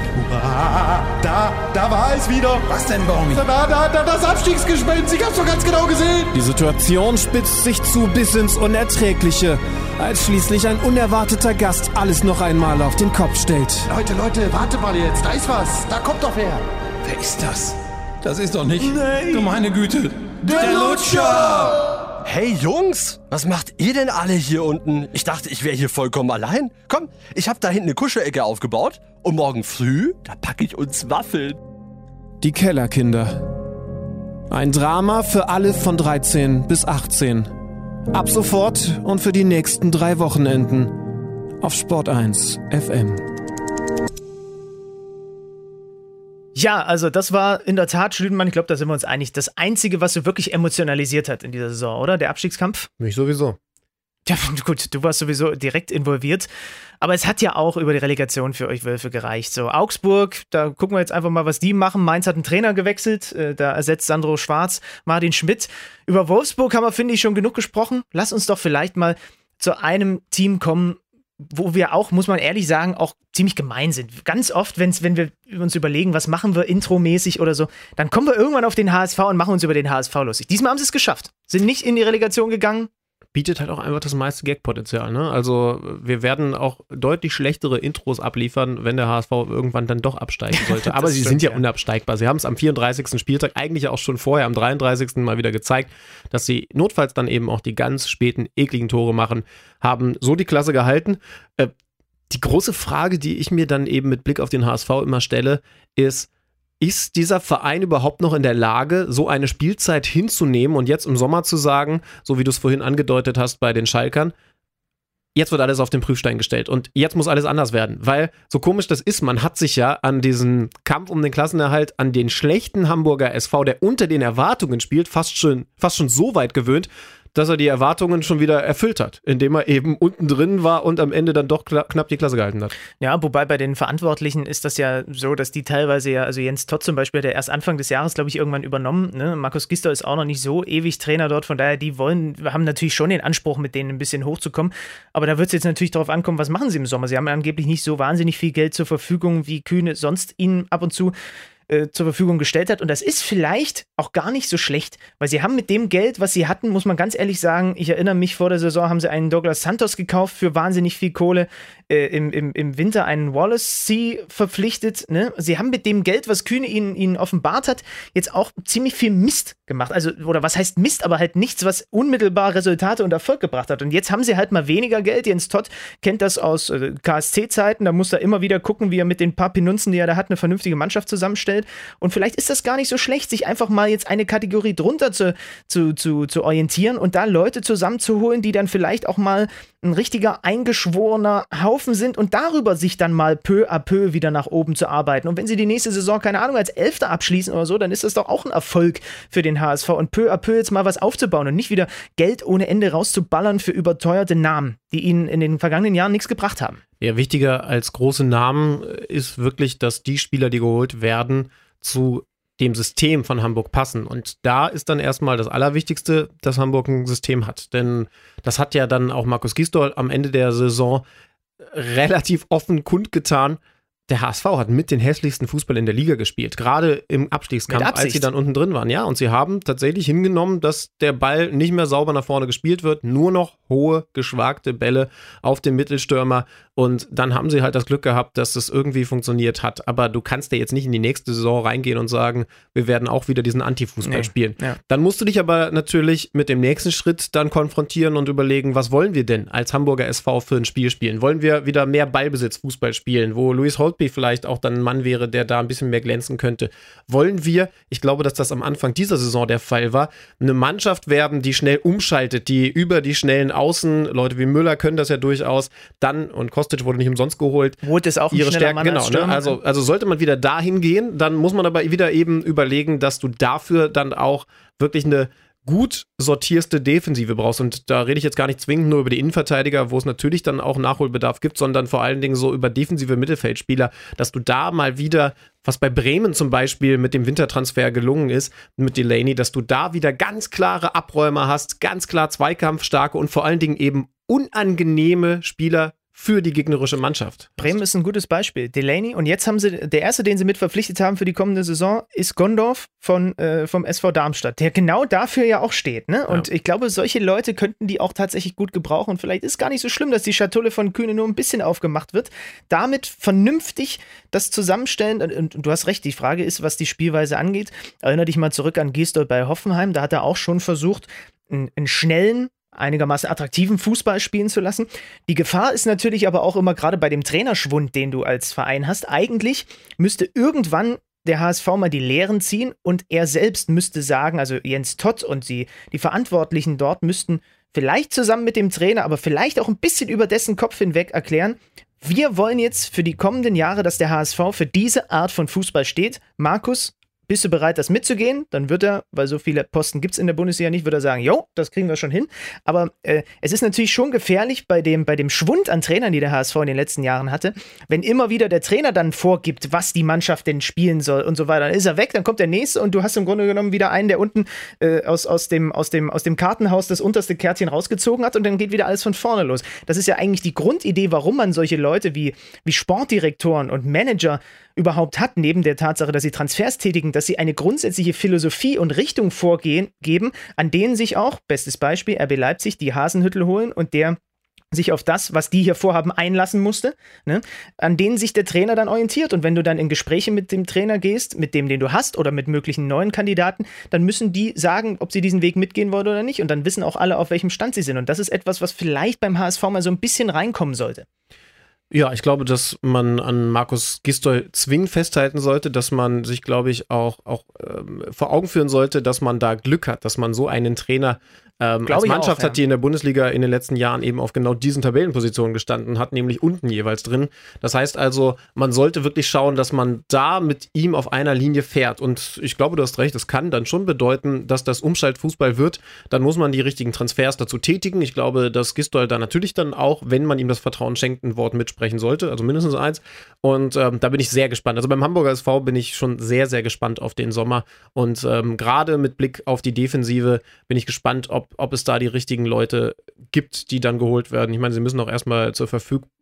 Da war es wieder. Was denn, Baumi? Das Abstiegsgespenst. Ich hab's doch ganz genau gesehen. Die Situation spitzt sich zu bis ins Unerträgliche, als schließlich ein unerwarteter Gast alles noch einmal auf den Kopf stellt. Leute, warte mal jetzt. Da ist was. Da kommt doch wer. Wer ist das? Das ist doch nicht... Nee. Du meine Güte. Der Lutscher! Hey Jungs, was macht ihr denn alle hier unten? Ich dachte, ich wäre hier vollkommen allein. Komm, ich habe da hinten eine Kuschelecke aufgebaut und morgen früh, da packe ich uns Waffeln. Die Kellerkinder. Ein Drama für alle von 13 bis 18. Ab sofort und für die nächsten 3 Wochenenden auf Sport 1 FM. Ja, also das war in der Tat, Schlüdenmann, ich glaube, da sind wir uns einig, das Einzige, was so wirklich emotionalisiert hat in dieser Saison, oder? Der Abstiegskampf? Mich sowieso. Ja, gut, du warst sowieso direkt involviert. Aber es hat ja auch über die Relegation für euch Wölfe gereicht. So, Augsburg, da gucken wir jetzt einfach mal, was die machen. Mainz hat einen Trainer gewechselt, da ersetzt Sandro Schwarz Martin Schmidt. Über Wolfsburg haben wir, finde ich, schon genug gesprochen. Lass uns doch vielleicht mal zu einem Team kommen, wo wir auch, muss man ehrlich sagen, auch ziemlich gemein sind. Ganz oft, wenn wir uns überlegen, was machen wir intromäßig oder so, dann kommen wir irgendwann auf den HSV und machen uns über den HSV lustig. Diesmal haben sie es geschafft. Sind nicht in die Relegation gegangen. Bietet halt auch einfach das meiste Gag-Potenzial, ne? Also wir werden auch deutlich schlechtere Intros abliefern, wenn der HSV irgendwann dann doch absteigen sollte. Aber sie sind ja unabsteigbar. Sie haben es am 34. Spieltag, eigentlich auch schon vorher, am 33. mal wieder gezeigt, dass sie notfalls dann eben auch die ganz späten, ekligen Tore machen, haben so die Klasse gehalten. Die große Frage, die ich mir dann eben mit Blick auf den HSV immer stelle, ist dieser Verein überhaupt noch in der Lage, so eine Spielzeit hinzunehmen und jetzt im Sommer zu sagen, so wie du es vorhin angedeutet hast bei den Schalkern, jetzt wird alles auf den Prüfstein gestellt und jetzt muss alles anders werden, weil so komisch das ist, man hat sich ja an diesen Kampf um den Klassenerhalt, an den schlechten Hamburger SV, der unter den Erwartungen spielt, fast schon so weit gewöhnt, dass er die Erwartungen schon wieder erfüllt hat, indem er eben unten drin war und am Ende dann doch knapp die Klasse gehalten hat. Ja, wobei bei den Verantwortlichen ist das ja so, dass die teilweise ja, also Jens Todt zum Beispiel, der erst Anfang des Jahres, glaube ich, irgendwann übernommen, ne? Markus Gisdol ist auch noch nicht so ewig Trainer dort, von daher, haben natürlich schon den Anspruch, mit denen ein bisschen hochzukommen, aber da wird es jetzt natürlich darauf ankommen, was machen sie im Sommer? Sie haben angeblich nicht so wahnsinnig viel Geld zur Verfügung, wie Kühne sonst ihnen ab und zu zur Verfügung gestellt hat. Und das ist vielleicht auch gar nicht so schlecht, weil sie haben mit dem Geld, was sie hatten, muss man ganz ehrlich sagen, ich erinnere mich, vor der Saison haben sie einen Douglas Santos gekauft für wahnsinnig viel Kohle, im Winter einen Wallace verpflichtet. Ne? Sie haben mit dem Geld, was Kühne ihnen offenbart hat, jetzt auch ziemlich viel Mist gemacht. Also, oder was heißt Mist, aber halt nichts, was unmittelbar Resultate und Erfolg gebracht hat. Und jetzt haben sie halt mal weniger Geld. Jens Todt kennt das aus KSC-Zeiten, da muss er immer wieder gucken, wie er mit den paar Pinunzen, die er da hat, eine vernünftige Mannschaft zusammenstellt. Und vielleicht ist das gar nicht so schlecht, sich einfach mal jetzt eine Kategorie drunter zu orientieren und da Leute zusammenzuholen, die dann vielleicht auch mal ein richtiger eingeschworener Haufen sind und darüber sich dann mal peu à peu wieder nach oben zu arbeiten. Und wenn sie die nächste Saison, keine Ahnung, als Elfter abschließen oder so, dann ist das doch auch ein Erfolg für den HSV. Und peu à peu jetzt mal was aufzubauen und nicht wieder Geld ohne Ende rauszuballern für überteuerte Namen, die ihnen in den vergangenen Jahren nichts gebracht haben. Ja, wichtiger als große Namen ist wirklich, dass die Spieler, die geholt werden, zu dem System von Hamburg passen. Und da ist dann erstmal das Allerwichtigste, dass Hamburg ein System hat. Denn das hat ja dann auch Markus Gisdol am Ende der Saison relativ offen kundgetan. Der HSV hat mit den hässlichsten Fußball in der Liga gespielt, gerade im Abstiegskampf, als sie dann unten drin waren. Ja, und sie haben tatsächlich hingenommen, dass der Ball nicht mehr sauber nach vorne gespielt wird, nur noch hohe, geschwagte Bälle auf den Mittelstürmer. Und dann haben sie halt das Glück gehabt, dass es irgendwie funktioniert hat. Aber du kannst ja jetzt nicht in die nächste Saison reingehen und sagen, wir werden auch wieder diesen Anti-Fußball spielen. Ja. Dann musst du dich aber natürlich mit dem nächsten Schritt dann konfrontieren und überlegen, was wollen wir denn als Hamburger SV für ein Spiel spielen? Wollen wir wieder mehr Ballbesitz-Fußball spielen, wo Louis Holtby vielleicht auch dann ein Mann wäre, der da ein bisschen mehr glänzen könnte? Wollen wir, ich glaube, dass das am Anfang dieser Saison der Fall war, eine Mannschaft werden, die schnell umschaltet, die über die schnellen Außen, Leute wie Müller können das ja durchaus, dann, und Kostic wurde nicht umsonst geholt. Wood ist auch ein ihre schneller Stärken, Mann genau, als Stürmer. Ne? Also sollte man wieder dahin gehen, dann muss man aber wieder eben überlegen, dass du dafür dann auch wirklich eine gut sortierste Defensive brauchst. Und da rede ich jetzt gar nicht zwingend nur über die Innenverteidiger, wo es natürlich dann auch Nachholbedarf gibt, sondern vor allen Dingen so über defensive Mittelfeldspieler, dass du da mal wieder, was bei Bremen zum Beispiel mit dem Wintertransfer gelungen ist, mit Delaney, dass du da wieder ganz klare Abräumer hast, ganz klar zweikampfstarke und vor allen Dingen eben unangenehme Spieler für die gegnerische Mannschaft. Bremen ist ein gutes Beispiel. Delaney, und jetzt haben sie, der erste, den sie mit verpflichtet haben für die kommende Saison, ist Gondorf vom SV Darmstadt, der genau dafür ja auch steht. Ne? Und ich glaube, solche Leute könnten die auch tatsächlich gut gebrauchen. Und vielleicht ist es gar nicht so schlimm, dass die Schatulle von Kühne nur ein bisschen aufgemacht wird. Damit vernünftig das Zusammenstellen. Und du hast recht, die Frage ist, was die Spielweise angeht. Erinnere dich mal zurück an Gisdol bei Hoffenheim. Da hat er auch schon versucht, einen schnellen, einigermaßen attraktiven Fußball spielen zu lassen. Die Gefahr ist natürlich aber auch immer gerade bei dem Trainerschwund, den du als Verein hast. Eigentlich müsste irgendwann der HSV mal die Lehren ziehen und er selbst müsste sagen, also Jens Todt und die Verantwortlichen dort müssten vielleicht zusammen mit dem Trainer, aber vielleicht auch ein bisschen über dessen Kopf hinweg erklären, wir wollen jetzt für die kommenden Jahre, dass der HSV für diese Art von Fußball steht. Markus, bist du bereit, das mitzugehen? Dann wird er, weil so viele Posten gibt es in der Bundesliga nicht, wird er sagen, jo, das kriegen wir schon hin. Aber es ist natürlich schon gefährlich bei dem Schwund an Trainern, die der HSV in den letzten Jahren hatte, wenn immer wieder der Trainer dann vorgibt, was die Mannschaft denn spielen soll und so weiter. Dann ist er weg, dann kommt der Nächste und du hast im Grunde genommen wieder einen, der unten aus dem Kartenhaus das unterste Kärtchen rausgezogen hat und dann geht wieder alles von vorne los. Das ist ja eigentlich die Grundidee, warum man solche Leute wie Sportdirektoren und Manager überhaupt hat, neben der Tatsache, dass sie Transfers tätigen, dass sie eine grundsätzliche Philosophie und Richtung vorgeben, an denen sich auch, bestes Beispiel, RB Leipzig, die Hasenhüttl holen und der sich auf das, was die hier vorhaben, einlassen musste, ne, an denen sich der Trainer dann orientiert. Und wenn du dann in Gespräche mit dem Trainer gehst, mit dem, den du hast, oder mit möglichen neuen Kandidaten, dann müssen die sagen, ob sie diesen Weg mitgehen wollen oder nicht. Und dann wissen auch alle, auf welchem Stand sie sind. Und das ist etwas, was vielleicht beim HSV mal so ein bisschen reinkommen sollte. Ja, ich glaube, dass man an Markus Gisdol zwingend festhalten sollte, dass man sich, glaube ich, auch vor Augen führen sollte, dass man da Glück hat, dass man so einen Trainer als Mannschaft hat, die in der Bundesliga in den letzten Jahren eben auf genau diesen Tabellenpositionen gestanden hat, nämlich unten jeweils drin. Das heißt also, man sollte wirklich schauen, dass man da mit ihm auf einer Linie fährt. Und ich glaube, du hast recht, das kann dann schon bedeuten, dass das Umschaltfußball wird. Dann muss man die richtigen Transfers dazu tätigen. Ich glaube, dass Gisdol da natürlich dann auch, wenn man ihm das Vertrauen schenkt, ein Wort mitsprechen sollte, also mindestens eins. Und da bin ich sehr gespannt. Also beim Hamburger SV bin ich schon sehr, sehr gespannt auf den Sommer. Und gerade mit Blick auf die Defensive bin ich gespannt, ob es da die richtigen Leute gibt, die dann geholt werden. Ich meine, sie müssen auch erstmal zur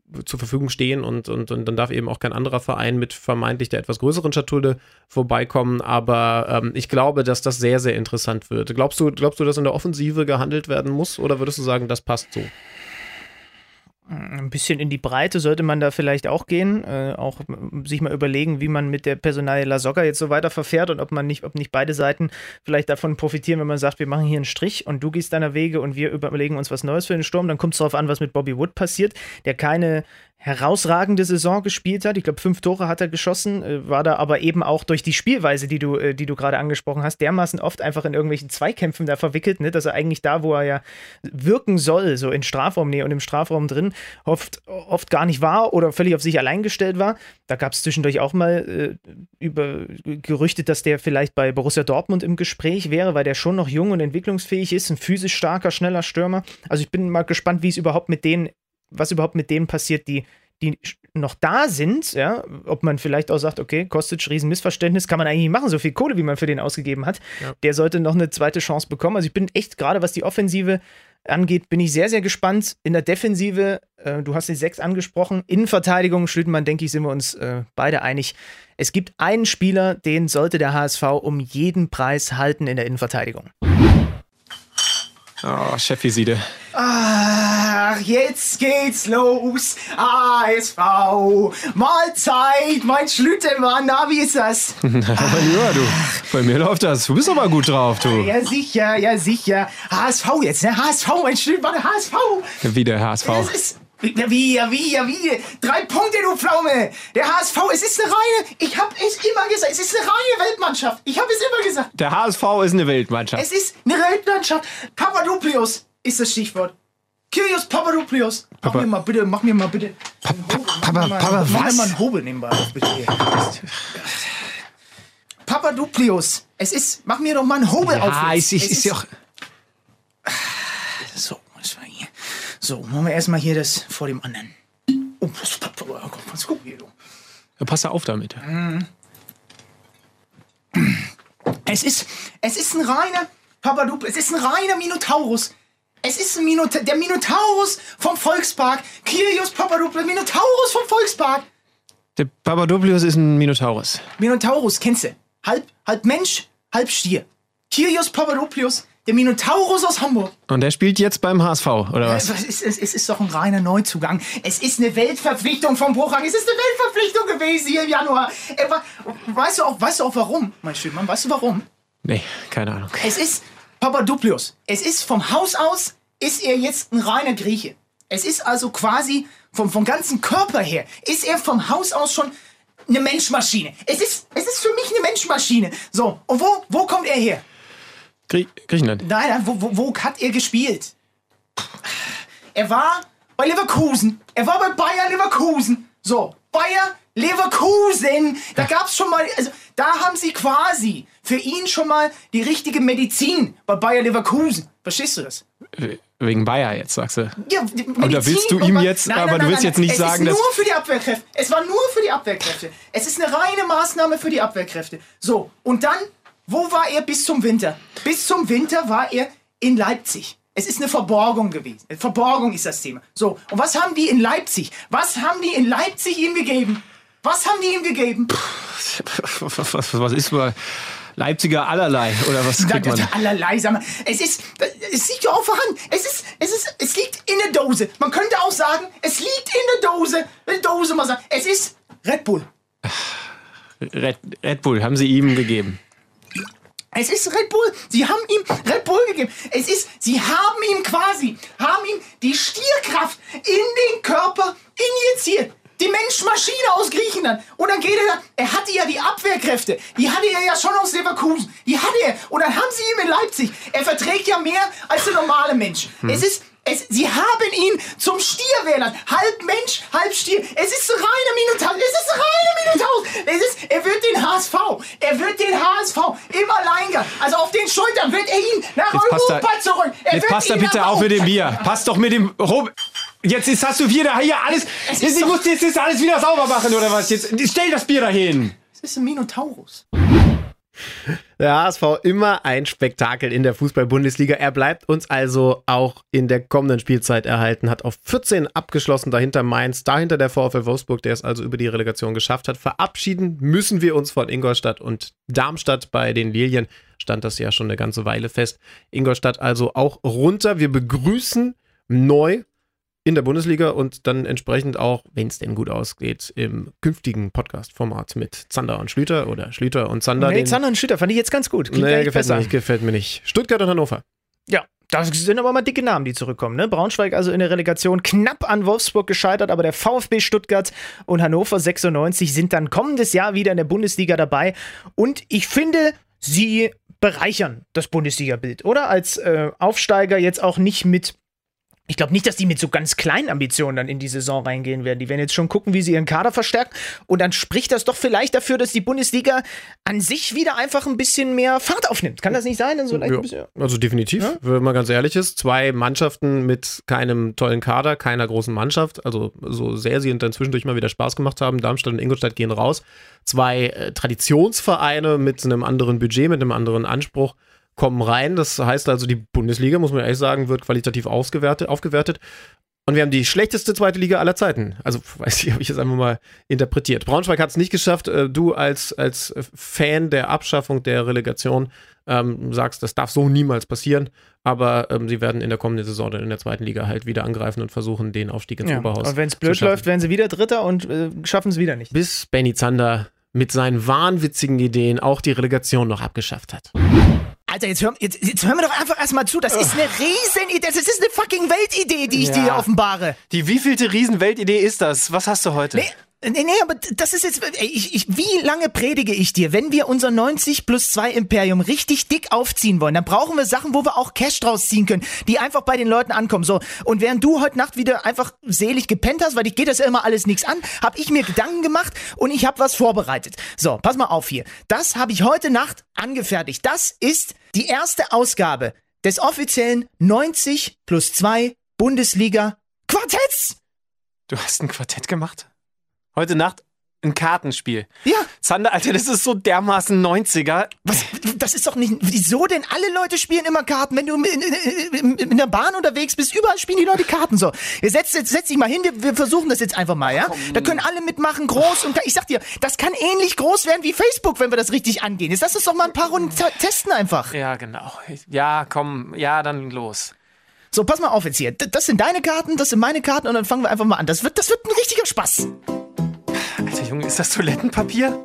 zur Verfügung stehen und dann darf eben auch kein anderer Verein mit vermeintlich der etwas größeren Schatulle vorbeikommen, aber ich glaube, dass das sehr, sehr interessant wird. Glaubst du, dass in der Offensive gehandelt werden muss oder würdest du sagen, das passt so? Ein bisschen in die Breite sollte man da vielleicht auch gehen, auch sich mal überlegen, wie man mit der Personalie Lasogga jetzt so weiter verfährt und ob nicht beide Seiten vielleicht davon profitieren, wenn man sagt, wir machen hier einen Strich und du gehst deiner Wege und wir überlegen uns was Neues für den Sturm. Dann kommt es darauf an, was mit Bobby Wood passiert, der keine herausragende Saison gespielt hat. Ich glaube, 5 Tore hat er geschossen, war da aber eben auch durch die Spielweise, die du gerade angesprochen hast, dermaßen oft einfach in irgendwelchen Zweikämpfen da verwickelt, ne, dass er eigentlich da, wo er ja wirken soll, so in Strafraumnähe und im Strafraum drin, oft gar nicht war oder völlig auf sich allein gestellt war. Da gab es zwischendurch auch mal über Gerüchte, dass der vielleicht bei Borussia Dortmund im Gespräch wäre, weil der schon noch jung und entwicklungsfähig ist, ein physisch starker, schneller Stürmer. Also ich bin mal gespannt, was überhaupt mit denen passiert, die noch da sind, ja, ob man vielleicht auch sagt, okay, Kostic, Riesenmissverständnis, kann man eigentlich nicht machen, so viel Kohle, wie man für den ausgegeben hat. Ja. Der sollte noch eine zweite Chance bekommen. Also ich bin echt, gerade was die Offensive angeht, bin ich sehr, sehr gespannt. In der Defensive, du hast die 6 angesprochen, Innenverteidigung, Schlüttenmann, denke ich, sind wir uns beide einig. Es gibt einen Spieler, den sollte der HSV um jeden Preis halten in der Innenverteidigung. Oh, Chefviside. Ach, jetzt geht's los. HSV. Mahlzeit, mein Schlüttemann. Na, wie ist das? Na, mein Lieber, du. Bei mir läuft das. Du bist aber gut drauf, du. Ja, sicher. HSV jetzt, ne? HSV, mein Schlüttemann, HSV. Wie der HSV. Das ist... Wie? 3 Punkte, du Pflaume! Der HSV, es ist eine reine, ich hab es immer gesagt, es ist eine reine Weltmannschaft. Ich habe es immer gesagt. Der HSV ist eine Weltmannschaft. Es ist eine Weltmannschaft. Papadopoulos ist das Stichwort. Kyrios Papadopoulos. Mach mir mal bitte. Mach mir mal einen Hobel nebenbei auf, bitte. Papadopoulos. Mach mir doch mal einen Hobel auf. Ja, ist ja auch... So, was war hier? So, machen wir erstmal hier das vor dem anderen. Oh, was guck hier, du. Ja, pass auf damit. Es ist ein reiner Papadopoulos, es ist ein reiner Minotaurus. Es ist der Minotaurus vom Volkspark. Kyrios Papadopoulos, Minotaurus vom Volkspark. Der Papadopoulos ist ein Minotaurus. Minotaurus, kennst du? Halb Mensch, halb Stier. Kyrios Papadopoulos, der Minotaurus aus Hamburg. Und der spielt jetzt beim HSV, oder was? Es ist doch ein reiner Neuzugang. Es ist eine Weltverpflichtung vom Bruchhang. Es ist eine Weltverpflichtung gewesen hier im Januar. Weißt du auch warum, mein Schönmann? Weißt du warum? Nee, keine Ahnung. Es ist Papadopoulos. Es ist vom Haus aus, ist er jetzt ein reiner Grieche. Es ist also quasi vom ganzen Körper her, ist er vom Haus aus schon eine Menschmaschine. Es ist für mich eine Menschmaschine. So, und wo kommt er her? Griechenland. Nein, wo hat er gespielt? Er war bei Leverkusen. Er war bei Bayer Leverkusen. So, Bayer Leverkusen. Da gab's schon mal, also da haben sie quasi für ihn schon mal die richtige Medizin bei Bayer Leverkusen. Verstehst du das? Wegen Bayer jetzt, sagst du? Ja, Medizin. Oder willst du ihm jetzt, nein, du willst jetzt nicht sagen, dass... Es ist nur für die Abwehrkräfte. Es war nur für die Abwehrkräfte. Es ist eine reine Maßnahme für die Abwehrkräfte. So, und dann, wo war er bis zum Winter? Bis zum Winter war er in Leipzig. Es ist eine Verborgung gewesen. Verborgung ist das Thema. So, und was haben die in Leipzig? Ihm gegeben? Was haben die ihm gegeben? Was ist mal Leipziger allerlei, oder was kriegt man? Allerlei, sag mal. Es liegt ja auch vorhanden. Es liegt in der Dose. Man könnte auch sagen, es liegt in der Dose. Eine Dose, mal sagen. Es ist Red Bull. Red Bull haben sie ihm gegeben. Es ist Red Bull. Sie haben ihm Red Bull gegeben. Sie haben ihm die Stierkraft in den Körper injiziert. Die Menschmaschine aus Griechenland. Und dann geht er hatte ja die Abwehrkräfte. Die hatte er ja schon aus Leverkusen. Die hatte er. Und dann haben sie ihn in Leipzig. Er verträgt ja mehr als der normale Mensch. Sie haben ihn zum Stier wählen. Halb Mensch, halb Stier. Es ist reine Minotaurus. Er wird den HSV im Alleingang, also auf den Schultern, wird er ihn nach Europa zurück. Jetzt passt da bitte auf mit dem Bier. Passt doch mit dem... Jetzt hast du hier alles... Ich muss jetzt alles wieder sauber machen, oder was? Jetzt stell das Bier dahin. Es ist ein Minotaurus. Der HSV immer ein Spektakel in der Fußball-Bundesliga. Er bleibt uns also auch in der kommenden Spielzeit erhalten, hat auf 14 abgeschlossen, dahinter Mainz, dahinter der VfL Wolfsburg, der es also über die Relegation geschafft hat. Verabschieden müssen wir uns von Ingolstadt und Darmstadt. Bei den Lilien stand das ja schon eine ganze Weile fest. Ingolstadt also auch runter. Wir begrüßen neu in der Bundesliga und dann entsprechend auch, wenn es denn gut ausgeht, im künftigen Podcast-Format mit Zander und Schlüter oder Schlüter und Zander. Nee, Zander und Schlüter fand ich jetzt ganz gut. Klingt gefällt mir nicht. Stuttgart und Hannover. Ja, das sind aber mal dicke Namen, die zurückkommen. Ne? Braunschweig also in der Relegation knapp an Wolfsburg gescheitert, aber der VfB Stuttgart und Hannover 96 sind dann kommendes Jahr wieder in der Bundesliga dabei. Und ich finde, sie bereichern das Bundesliga-Bild, oder? Als Aufsteiger jetzt auch nicht mit. Ich glaube nicht, dass die mit so ganz kleinen Ambitionen dann in die Saison reingehen werden. Die werden jetzt schon gucken, wie sie ihren Kader verstärken. Und dann spricht das doch vielleicht dafür, dass die Bundesliga an sich wieder einfach ein bisschen mehr Fahrt aufnimmt. Kann das nicht sein? Dann so leicht ein bisschen, also definitiv, ja? Wenn man ganz ehrlich ist. 2 Mannschaften mit keinem tollen Kader, keiner großen Mannschaft. Also so sehr sie dann zwischendurch mal wieder Spaß gemacht haben. Darmstadt und Ingolstadt gehen raus. 2 Traditionsvereine mit einem anderen Budget, mit einem anderen Anspruch kommen rein. Das heißt also, die Bundesliga, muss man ehrlich sagen, wird qualitativ aufgewertet. Und wir haben die schlechteste zweite Liga aller Zeiten. Also, weiß ich, habe ich jetzt einfach mal interpretiert. Braunschweig hat es nicht geschafft. Du als Fan der Abschaffung der Relegation sagst, das darf so niemals passieren. Aber sie werden in der kommenden Saison dann in der zweiten Liga halt wieder angreifen und versuchen, den Aufstieg ins Oberhaus zu schaffen. Und wenn es blöd läuft, werden sie wieder Dritter und schaffen es wieder nicht. Bis Benny Zander mit seinen wahnwitzigen Ideen auch die Relegation noch abgeschafft hat. Alter, jetzt hören wir doch einfach erstmal zu. Das ist eine Riesenidee. Das ist eine fucking Weltidee, die ich dir hier offenbare. Die wievielte Riesenweltidee ist das? Was hast du heute? Nee, aber das ist jetzt, wie lange predige ich dir? Wenn wir unser 90+2 Imperium richtig dick aufziehen wollen, dann brauchen wir Sachen, wo wir auch Cash draus ziehen können, die einfach bei den Leuten ankommen. So, und während du heute Nacht wieder einfach selig gepennt hast, weil dich geht das ja immer alles nichts an, habe ich mir Gedanken gemacht und ich habe was vorbereitet. So, pass mal auf hier. Das habe ich heute Nacht angefertigt. Das ist die erste Ausgabe des offiziellen 90+2 Bundesliga-Quartetts. Du hast ein Quartett gemacht? Heute Nacht ein Kartenspiel. Ja. Zander, Alter, das ist so dermaßen 90er. Was? Das ist doch nicht. Wieso denn? Alle Leute spielen immer Karten. Wenn du in der Bahn unterwegs bist, überall spielen die Leute Karten so. Setz dich mal hin, wir versuchen das jetzt einfach mal, ja? Da können alle mitmachen, groß und ich sag dir, das kann ähnlich groß werden wie Facebook, wenn wir das richtig angehen. Jetzt lass uns doch mal ein paar Runden testen einfach. Ja, genau. Ja, komm, ja, dann los. So, pass mal auf jetzt hier. Das sind deine Karten, das sind meine Karten und dann fangen wir einfach mal an. Das wird ein richtiger Spaß. Alter Junge, ist das Toilettenpapier?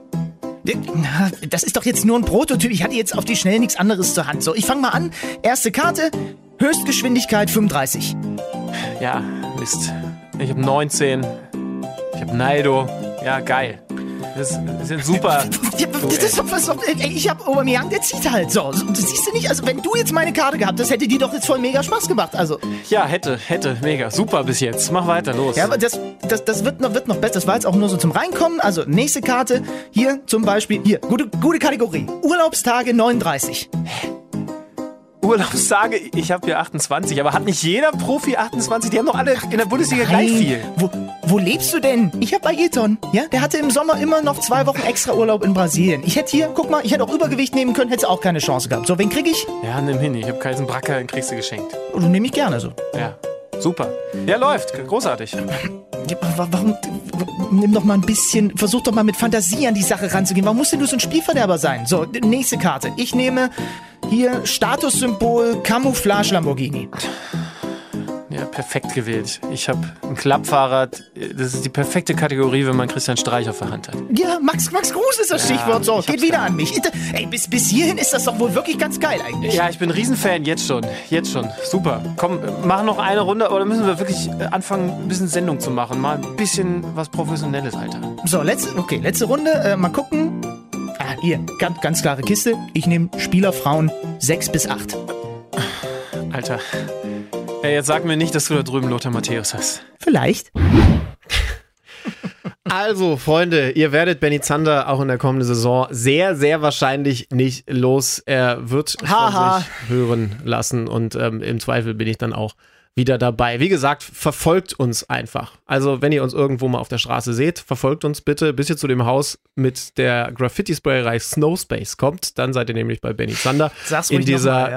Das ist doch jetzt nur ein Prototyp. Ich hatte jetzt auf die Schnelle nichts anderes zur Hand. So, ich fange mal an. Erste Karte, Höchstgeschwindigkeit 35. Ja, Mist. Ich habe 19. Ich habe Naldo. Ja, geil. Das ist super. Das ist doch was. Ich hab Aubameyang, der zieht halt so. Das siehst du nicht? Also, wenn du jetzt meine Karte gehabt hast, hätte die doch jetzt voll mega Spaß gemacht. Also. Ja, hätte. Mega. Super bis jetzt. Mach weiter, los. Ja, aber das wird noch besser. Das war jetzt auch nur so zum Reinkommen. Also, nächste Karte. Hier zum Beispiel. Hier, gute Kategorie. Urlaubstage 39. Urlaubstage, ich habe hier 28, aber hat nicht jeder Profi 28? Die haben doch alle in der Bundesliga gleich viel. Wo lebst du denn? Ich habe Ayrton, ja? Der hatte im Sommer immer noch 2 Wochen extra Urlaub in Brasilien. Ich hätte hier, guck mal, ich hätte auch Übergewicht nehmen können, hätte auch keine Chance gehabt. So, wen krieg ich? Ja, nimm hin, ich habe Kaisen Bracker, den kriegst du geschenkt. Oh, nehme ich gerne so. Ja, super. Ja, läuft, großartig. Ja, warum? Nimm doch mal ein bisschen, versuch doch mal mit Fantasie an die Sache ranzugehen. Warum musst denn du so ein Spielverderber sein? So, nächste Karte. Ich nehme hier Statussymbol Camouflage Lamborghini. Ja, perfekt gewählt. Ich habe ein Klappfahrrad. Das ist die perfekte Kategorie, wenn man Christian Streich auf der Hand hat. Ja, Max Kruse ist das Stichwort. So, geht wieder an mich. Ey, bis hierhin ist das doch wohl wirklich ganz geil eigentlich. Ja, ich bin ein Riesenfan, jetzt schon. Super. Komm, mach noch eine Runde, oder müssen wir wirklich anfangen, ein bisschen Sendung zu machen? Mal ein bisschen was Professionelles, Alter. So, letzte Runde. Mal gucken. Hier, ganz klare Kiste. Ich nehme Spielerfrauen 6 bis 8. Alter. Ey, jetzt sag mir nicht, dass du da drüben Lothar Matthäus hast. Vielleicht. Also, Freunde, ihr werdet Benny Zander auch in der kommenden Saison sehr, sehr wahrscheinlich nicht los. Er wird von sich hören lassen und im Zweifel bin ich dann auch wieder dabei. Wie gesagt, verfolgt uns einfach. Also wenn ihr uns irgendwo mal auf der Straße seht, verfolgt uns bitte, bis ihr zu dem Haus mit der Graffiti-Sprayerei Snowspace kommt. Dann seid ihr nämlich bei Benny Zander in dieser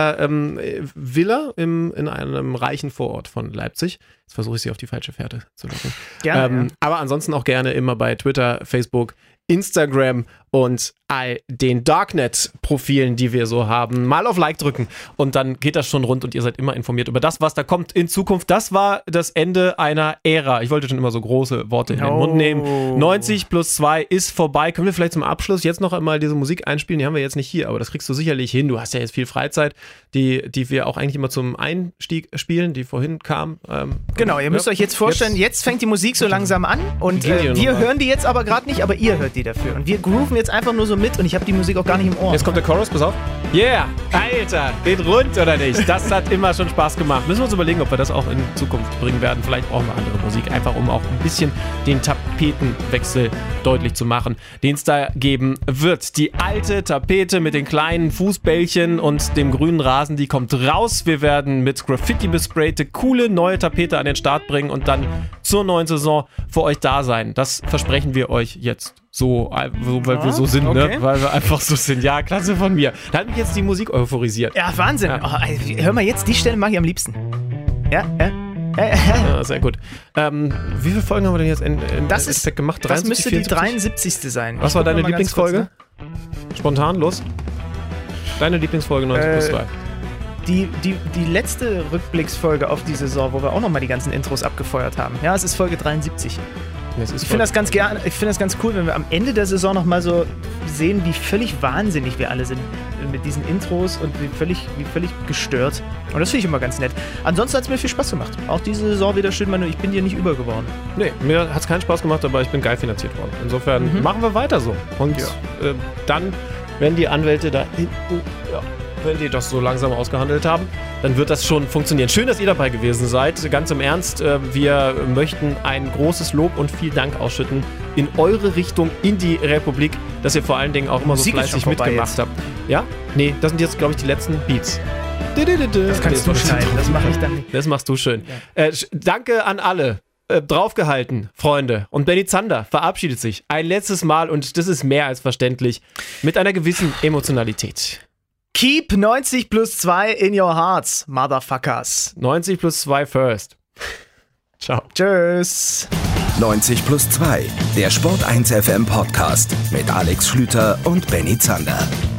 Villa in einem reichen Vorort von Leipzig. Jetzt versuche ich sie auf die falsche Fährte zu locken. Gerne, aber ansonsten auch gerne immer bei Twitter, Facebook, Instagram und all den Darknet-Profilen, die wir so haben, mal auf Like drücken und dann geht das schon rund und ihr seid immer informiert über das, was da kommt in Zukunft. Das war das Ende einer Ära. Ich wollte schon immer so große Worte in den Mund nehmen. 90 plus 2 ist vorbei. Können wir vielleicht zum Abschluss jetzt noch einmal diese Musik einspielen? Die haben wir jetzt nicht hier, aber das kriegst du sicherlich hin. Du hast ja jetzt viel Freizeit, die wir auch eigentlich immer zum Einstieg spielen, die vorhin kam. Genau, ihr müsst euch jetzt vorstellen, jetzt fängt die Musik so langsam an und wir hören die jetzt aber gerade nicht, aber ihr hört die dafür. Und wir grooven jetzt einfach nur so mit und ich habe die Musik auch gar nicht im Ohr. Jetzt kommt der Chorus, pass auf. Yeah, Alter, geht rund oder nicht? Das hat immer schon Spaß gemacht. Müssen wir uns überlegen, ob wir das auch in Zukunft bringen werden. Vielleicht brauchen wir andere Musik, einfach um auch ein bisschen den Tapetenwechsel deutlich zu machen, den es da geben wird. Die alte Tapete mit den kleinen Fußbällchen und dem grünen Rasen, die kommt raus. Wir werden mit Graffiti besprayte, coole neue Tapete an den Start bringen und dann zur neuen Saison für euch da sein. Das versprechen wir euch jetzt. So, weil wir so sind, okay. Ne? Weil wir einfach so sind. Ja, klasse von mir. Da hat mich jetzt die Musik euphorisiert. Ja, Wahnsinn. Ja. Oh, hör mal jetzt, die Stelle mag ich am liebsten. Ja. Ja, sehr gut. Wie viele Folgen haben wir denn jetzt in gemacht? 73, das müsste 74? die 73. sein. Was war deine Lieblingsfolge? Kurz, ne? Spontan, los. Deine Lieblingsfolge 90 plus 2. Die letzte Rückblicksfolge auf die Saison, wo wir auch nochmal die ganzen Intros abgefeuert haben. Ja, es ist Folge 73. Ich finde das ganz cool, wenn wir am Ende der Saison nochmal so sehen, wie völlig wahnsinnig wir alle sind mit diesen Intros und wie völlig gestört. Und das finde ich immer ganz nett. Ansonsten hat es mir viel Spaß gemacht. Auch diese Saison wieder schön, ich bin dir nicht über geworden. Nee, mir hat es keinen Spaß gemacht, aber ich bin geil finanziert worden. Insofern machen wir weiter so. Und dann, wenn die Anwälte da hinten, wenn die das so langsam ausgehandelt haben, dann wird das schon funktionieren. Schön, dass ihr dabei gewesen seid. Ganz im Ernst, wir möchten ein großes Lob und viel Dank ausschütten in eure Richtung, in die Republik, dass ihr vor allen Dingen auch immer so fleißig mitgemacht habt. Ja? Nee, das sind jetzt, glaube ich, die letzten Beats. Das kannst du schneiden, das mache ich dann nicht. Das machst du schön. Ja. Danke an alle. Draufgehalten, Freunde. Und Benny Zander verabschiedet sich ein letztes Mal und das ist mehr als verständlich, mit einer gewissen Emotionalität. Keep 90 plus 2 in your hearts, Motherfuckers. 90 plus 2 first. Ciao. Tschüss. 90 plus 2, der Sport 1 FM Podcast mit Alex Schlüter und Benny Zander.